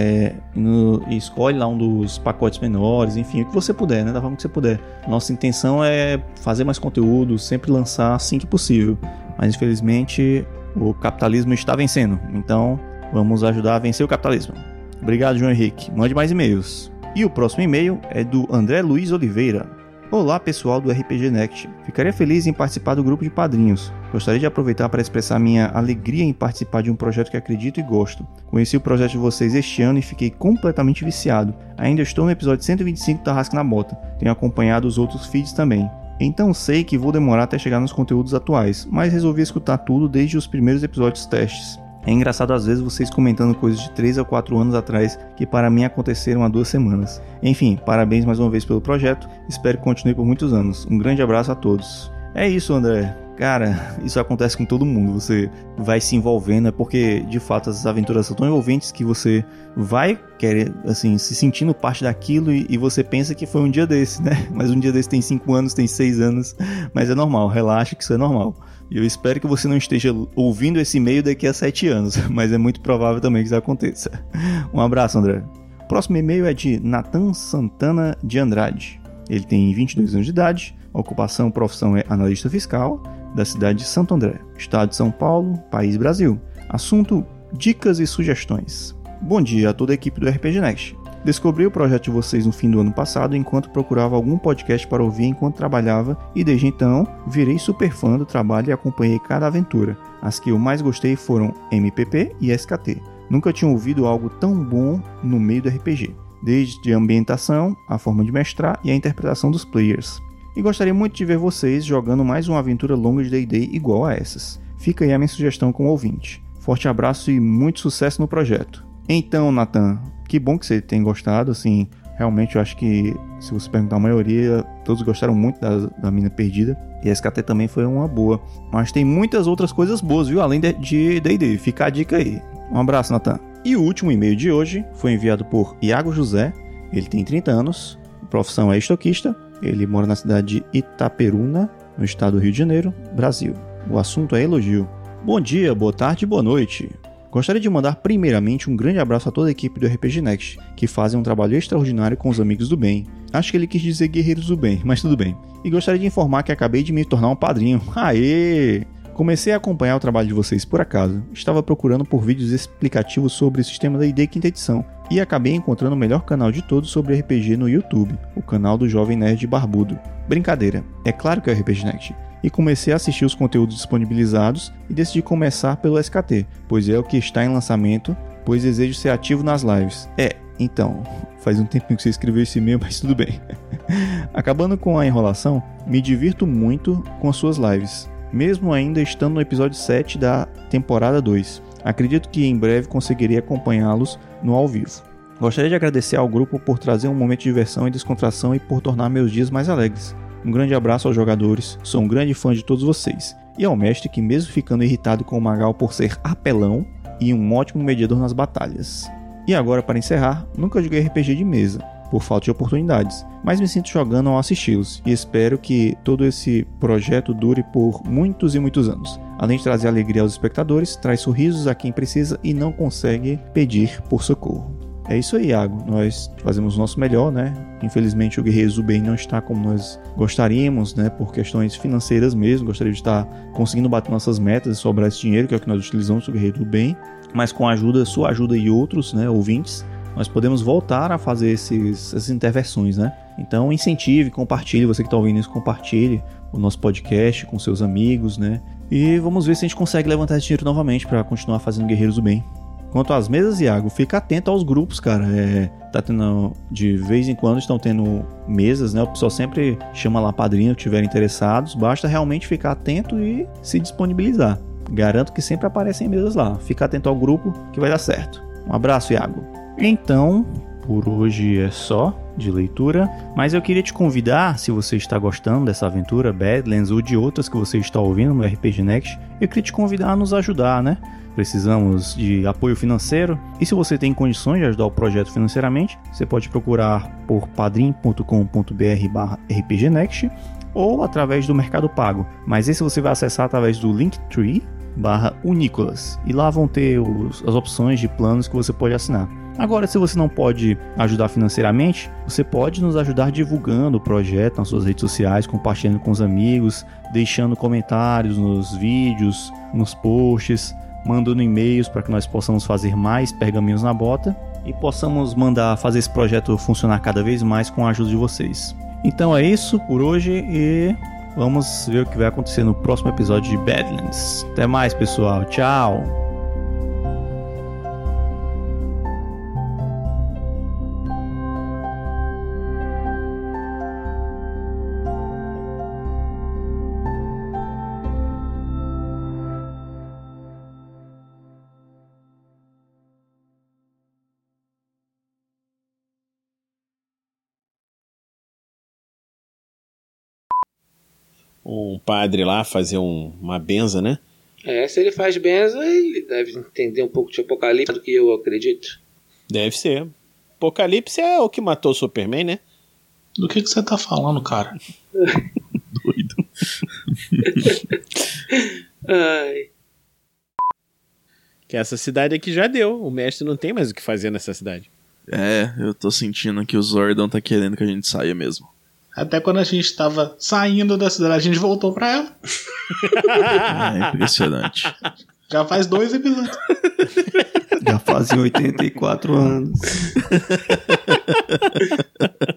e escolhe lá um dos pacotes menores, enfim, o que você puder, né? Da forma que você puder. Nossa intenção é fazer mais conteúdo, sempre lançar assim que possível. Mas infelizmente o capitalismo está vencendo. Então vamos ajudar a vencer o capitalismo. Obrigado, João Henrique. Mande mais e-mails. E o próximo e-mail é do André Luiz Oliveira. Olá, pessoal do RPG Next. Ficaria feliz em participar do grupo de padrinhos. Gostaria de aproveitar para expressar minha alegria em participar de um projeto que acredito e gosto. Conheci o projeto de vocês este ano e fiquei completamente viciado. Ainda estou no episódio 125 da Rasca na Bota. Tenho acompanhado os outros feeds também. Então sei que vou demorar até chegar nos conteúdos atuais, mas resolvi escutar tudo desde os primeiros episódios testes. É engraçado às vezes vocês comentando coisas de 3 a 4 anos atrás que para mim aconteceram há 2 semanas. Enfim, parabéns mais uma vez pelo projeto, espero que continue por muitos anos. Um grande abraço a todos. É isso, André. Cara, isso acontece com todo mundo, você vai se envolvendo, é porque de fato as aventuras são tão envolventes que você vai querer, assim, se sentindo parte daquilo e você pensa que foi um dia desse, né? Mas um dia desse tem 5 anos, tem 6 anos, mas é normal, relaxa que isso é normal. E eu espero que você não esteja ouvindo esse e-mail daqui a 7 anos, mas é muito provável também que isso aconteça. Um abraço, André. O próximo e-mail é de Nathan Santana de Andrade. Ele tem 22 anos de idade, a ocupação e profissão é analista fiscal, da cidade de Santo André, estado de São Paulo, país Brasil. Assunto: dicas e sugestões. Bom dia a toda a equipe do RPG Next. Descobri o projeto de vocês no fim do ano passado enquanto procurava algum podcast para ouvir enquanto trabalhava e desde então virei super fã do trabalho e acompanhei cada aventura. As que eu mais gostei foram MPP e SKT. Nunca tinha ouvido algo tão bom no meio do RPG, desde a ambientação, a forma de mestrar e a interpretação dos players. E gostaria muito de ver vocês jogando mais uma aventura longa de D&D igual a essas. Fica aí a minha sugestão como ouvinte. Forte abraço e muito sucesso no projeto. Então, Nathan, que bom que você tem gostado, assim, realmente eu acho que, se você perguntar a maioria, todos gostaram muito da Mina Perdida, e a SKT também foi uma boa. Mas tem muitas outras coisas boas, viu, além de D&D, fica a dica aí. Um abraço, Nathan. E o último e-mail de hoje foi enviado por Iago José, ele tem 30 anos, a profissão é estoquista, ele mora na cidade de Itaperuna, no estado do Rio de Janeiro, Brasil. O assunto é elogio. Bom dia, boa tarde e boa noite. Gostaria de mandar primeiramente um grande abraço a toda a equipe do RPG Next, que fazem um trabalho extraordinário com os amigos do bem. Acho que ele quis dizer guerreiros do bem, mas tudo bem. E gostaria de informar que acabei de me tornar um padrinho. Aê! Comecei a acompanhar o trabalho de vocês por acaso. Estava procurando por vídeos explicativos sobre o sistema da D&D quinta edição e acabei encontrando o melhor canal de todos sobre RPG no YouTube, o canal do Jovem Nerd Barbudo. Brincadeira, é claro que é o RPG Next. E comecei a assistir os conteúdos disponibilizados e decidi começar pelo SKT, pois é o que está em lançamento, pois desejo ser ativo nas lives. Então, faz um tempinho que você escreveu esse e-mail, mas tudo bem. Acabando com a enrolação, me divirto muito com as suas lives, mesmo ainda estando no episódio 7 da temporada 2. Acredito que em breve conseguirei acompanhá-los no ao vivo. Gostaria de agradecer ao grupo por trazer um momento de diversão e descontração e por tornar meus dias mais alegres. Um grande abraço aos jogadores, sou um grande fã de todos vocês. E ao mestre que, mesmo ficando irritado com o Magal por ser apelão e um ótimo mediador nas batalhas. E agora, para encerrar, nunca joguei RPG de mesa, por falta de oportunidades, mas me sinto jogando ao assisti-los e espero que todo esse projeto dure por muitos e muitos anos. Além de trazer alegria aos espectadores, traz sorrisos a quem precisa e não consegue pedir por socorro. É isso aí, Iago. Nós fazemos o nosso melhor, né? Infelizmente o Guerreiros do Bem não está como nós gostaríamos, né? Por questões financeiras mesmo. Gostaria de estar conseguindo bater nossas metas e sobrar esse dinheiro, que é o que nós utilizamos do Guerreiro do Bem. Mas com a ajuda, sua ajuda e outros, né, ouvintes, nós podemos voltar a fazer essas intervenções, né? Então incentive, compartilhe, você que está ouvindo isso, compartilhe o nosso podcast com seus amigos, né? E vamos ver se a gente consegue levantar esse dinheiro novamente para continuar fazendo Guerreiros do Bem. Quanto às mesas, Iago, fica atento aos grupos, cara. Tá tendo, de vez em quando estão tendo mesas, né? O pessoal sempre chama lá padrinho que estiverem interessados. Basta realmente ficar atento e se disponibilizar. Garanto que sempre aparecem mesas lá. Fica atento ao grupo que vai dar certo. Um abraço, Iago. Então, por hoje é só de leitura, mas eu queria te convidar, se você está gostando dessa aventura Badlands ou de outras que você está ouvindo no RPG Next, eu queria te convidar a nos ajudar, né? Precisamos de apoio financeiro, e se você tem condições de ajudar o projeto financeiramente, você pode procurar por padrim.com.br/rpgnext ou através do Mercado Pago, mas esse você vai acessar através do Linktree/Unicolas, e lá vão ter as opções de planos que você pode assinar. Agora, se você não pode ajudar financeiramente, você pode nos ajudar divulgando o projeto nas suas redes sociais, compartilhando com os amigos, deixando comentários nos vídeos, nos posts, mandando e-mails para que nós possamos fazer mais pergaminhos na bota e possamos mandar fazer esse projeto funcionar cada vez mais com a ajuda de vocês. Então é isso por hoje e vamos ver o que vai acontecer no próximo episódio de Badlands. Até mais, pessoal. Tchau! Um padre lá fazer uma benza, né? Se ele faz benza, ele deve entender um pouco de Apocalipse do que eu acredito. Deve ser. Apocalipse é o que matou o Superman, né? Do que você tá falando, cara? Doido. Ai. Que essa cidade aqui já deu. O mestre não tem mais o que fazer nessa cidade. Eu tô sentindo que o Zordon tá querendo que a gente saia mesmo. Até quando a gente tava saindo da cidade, a gente voltou pra ela. É impressionante. Já faz 2 episódios. Já fazem 84 anos.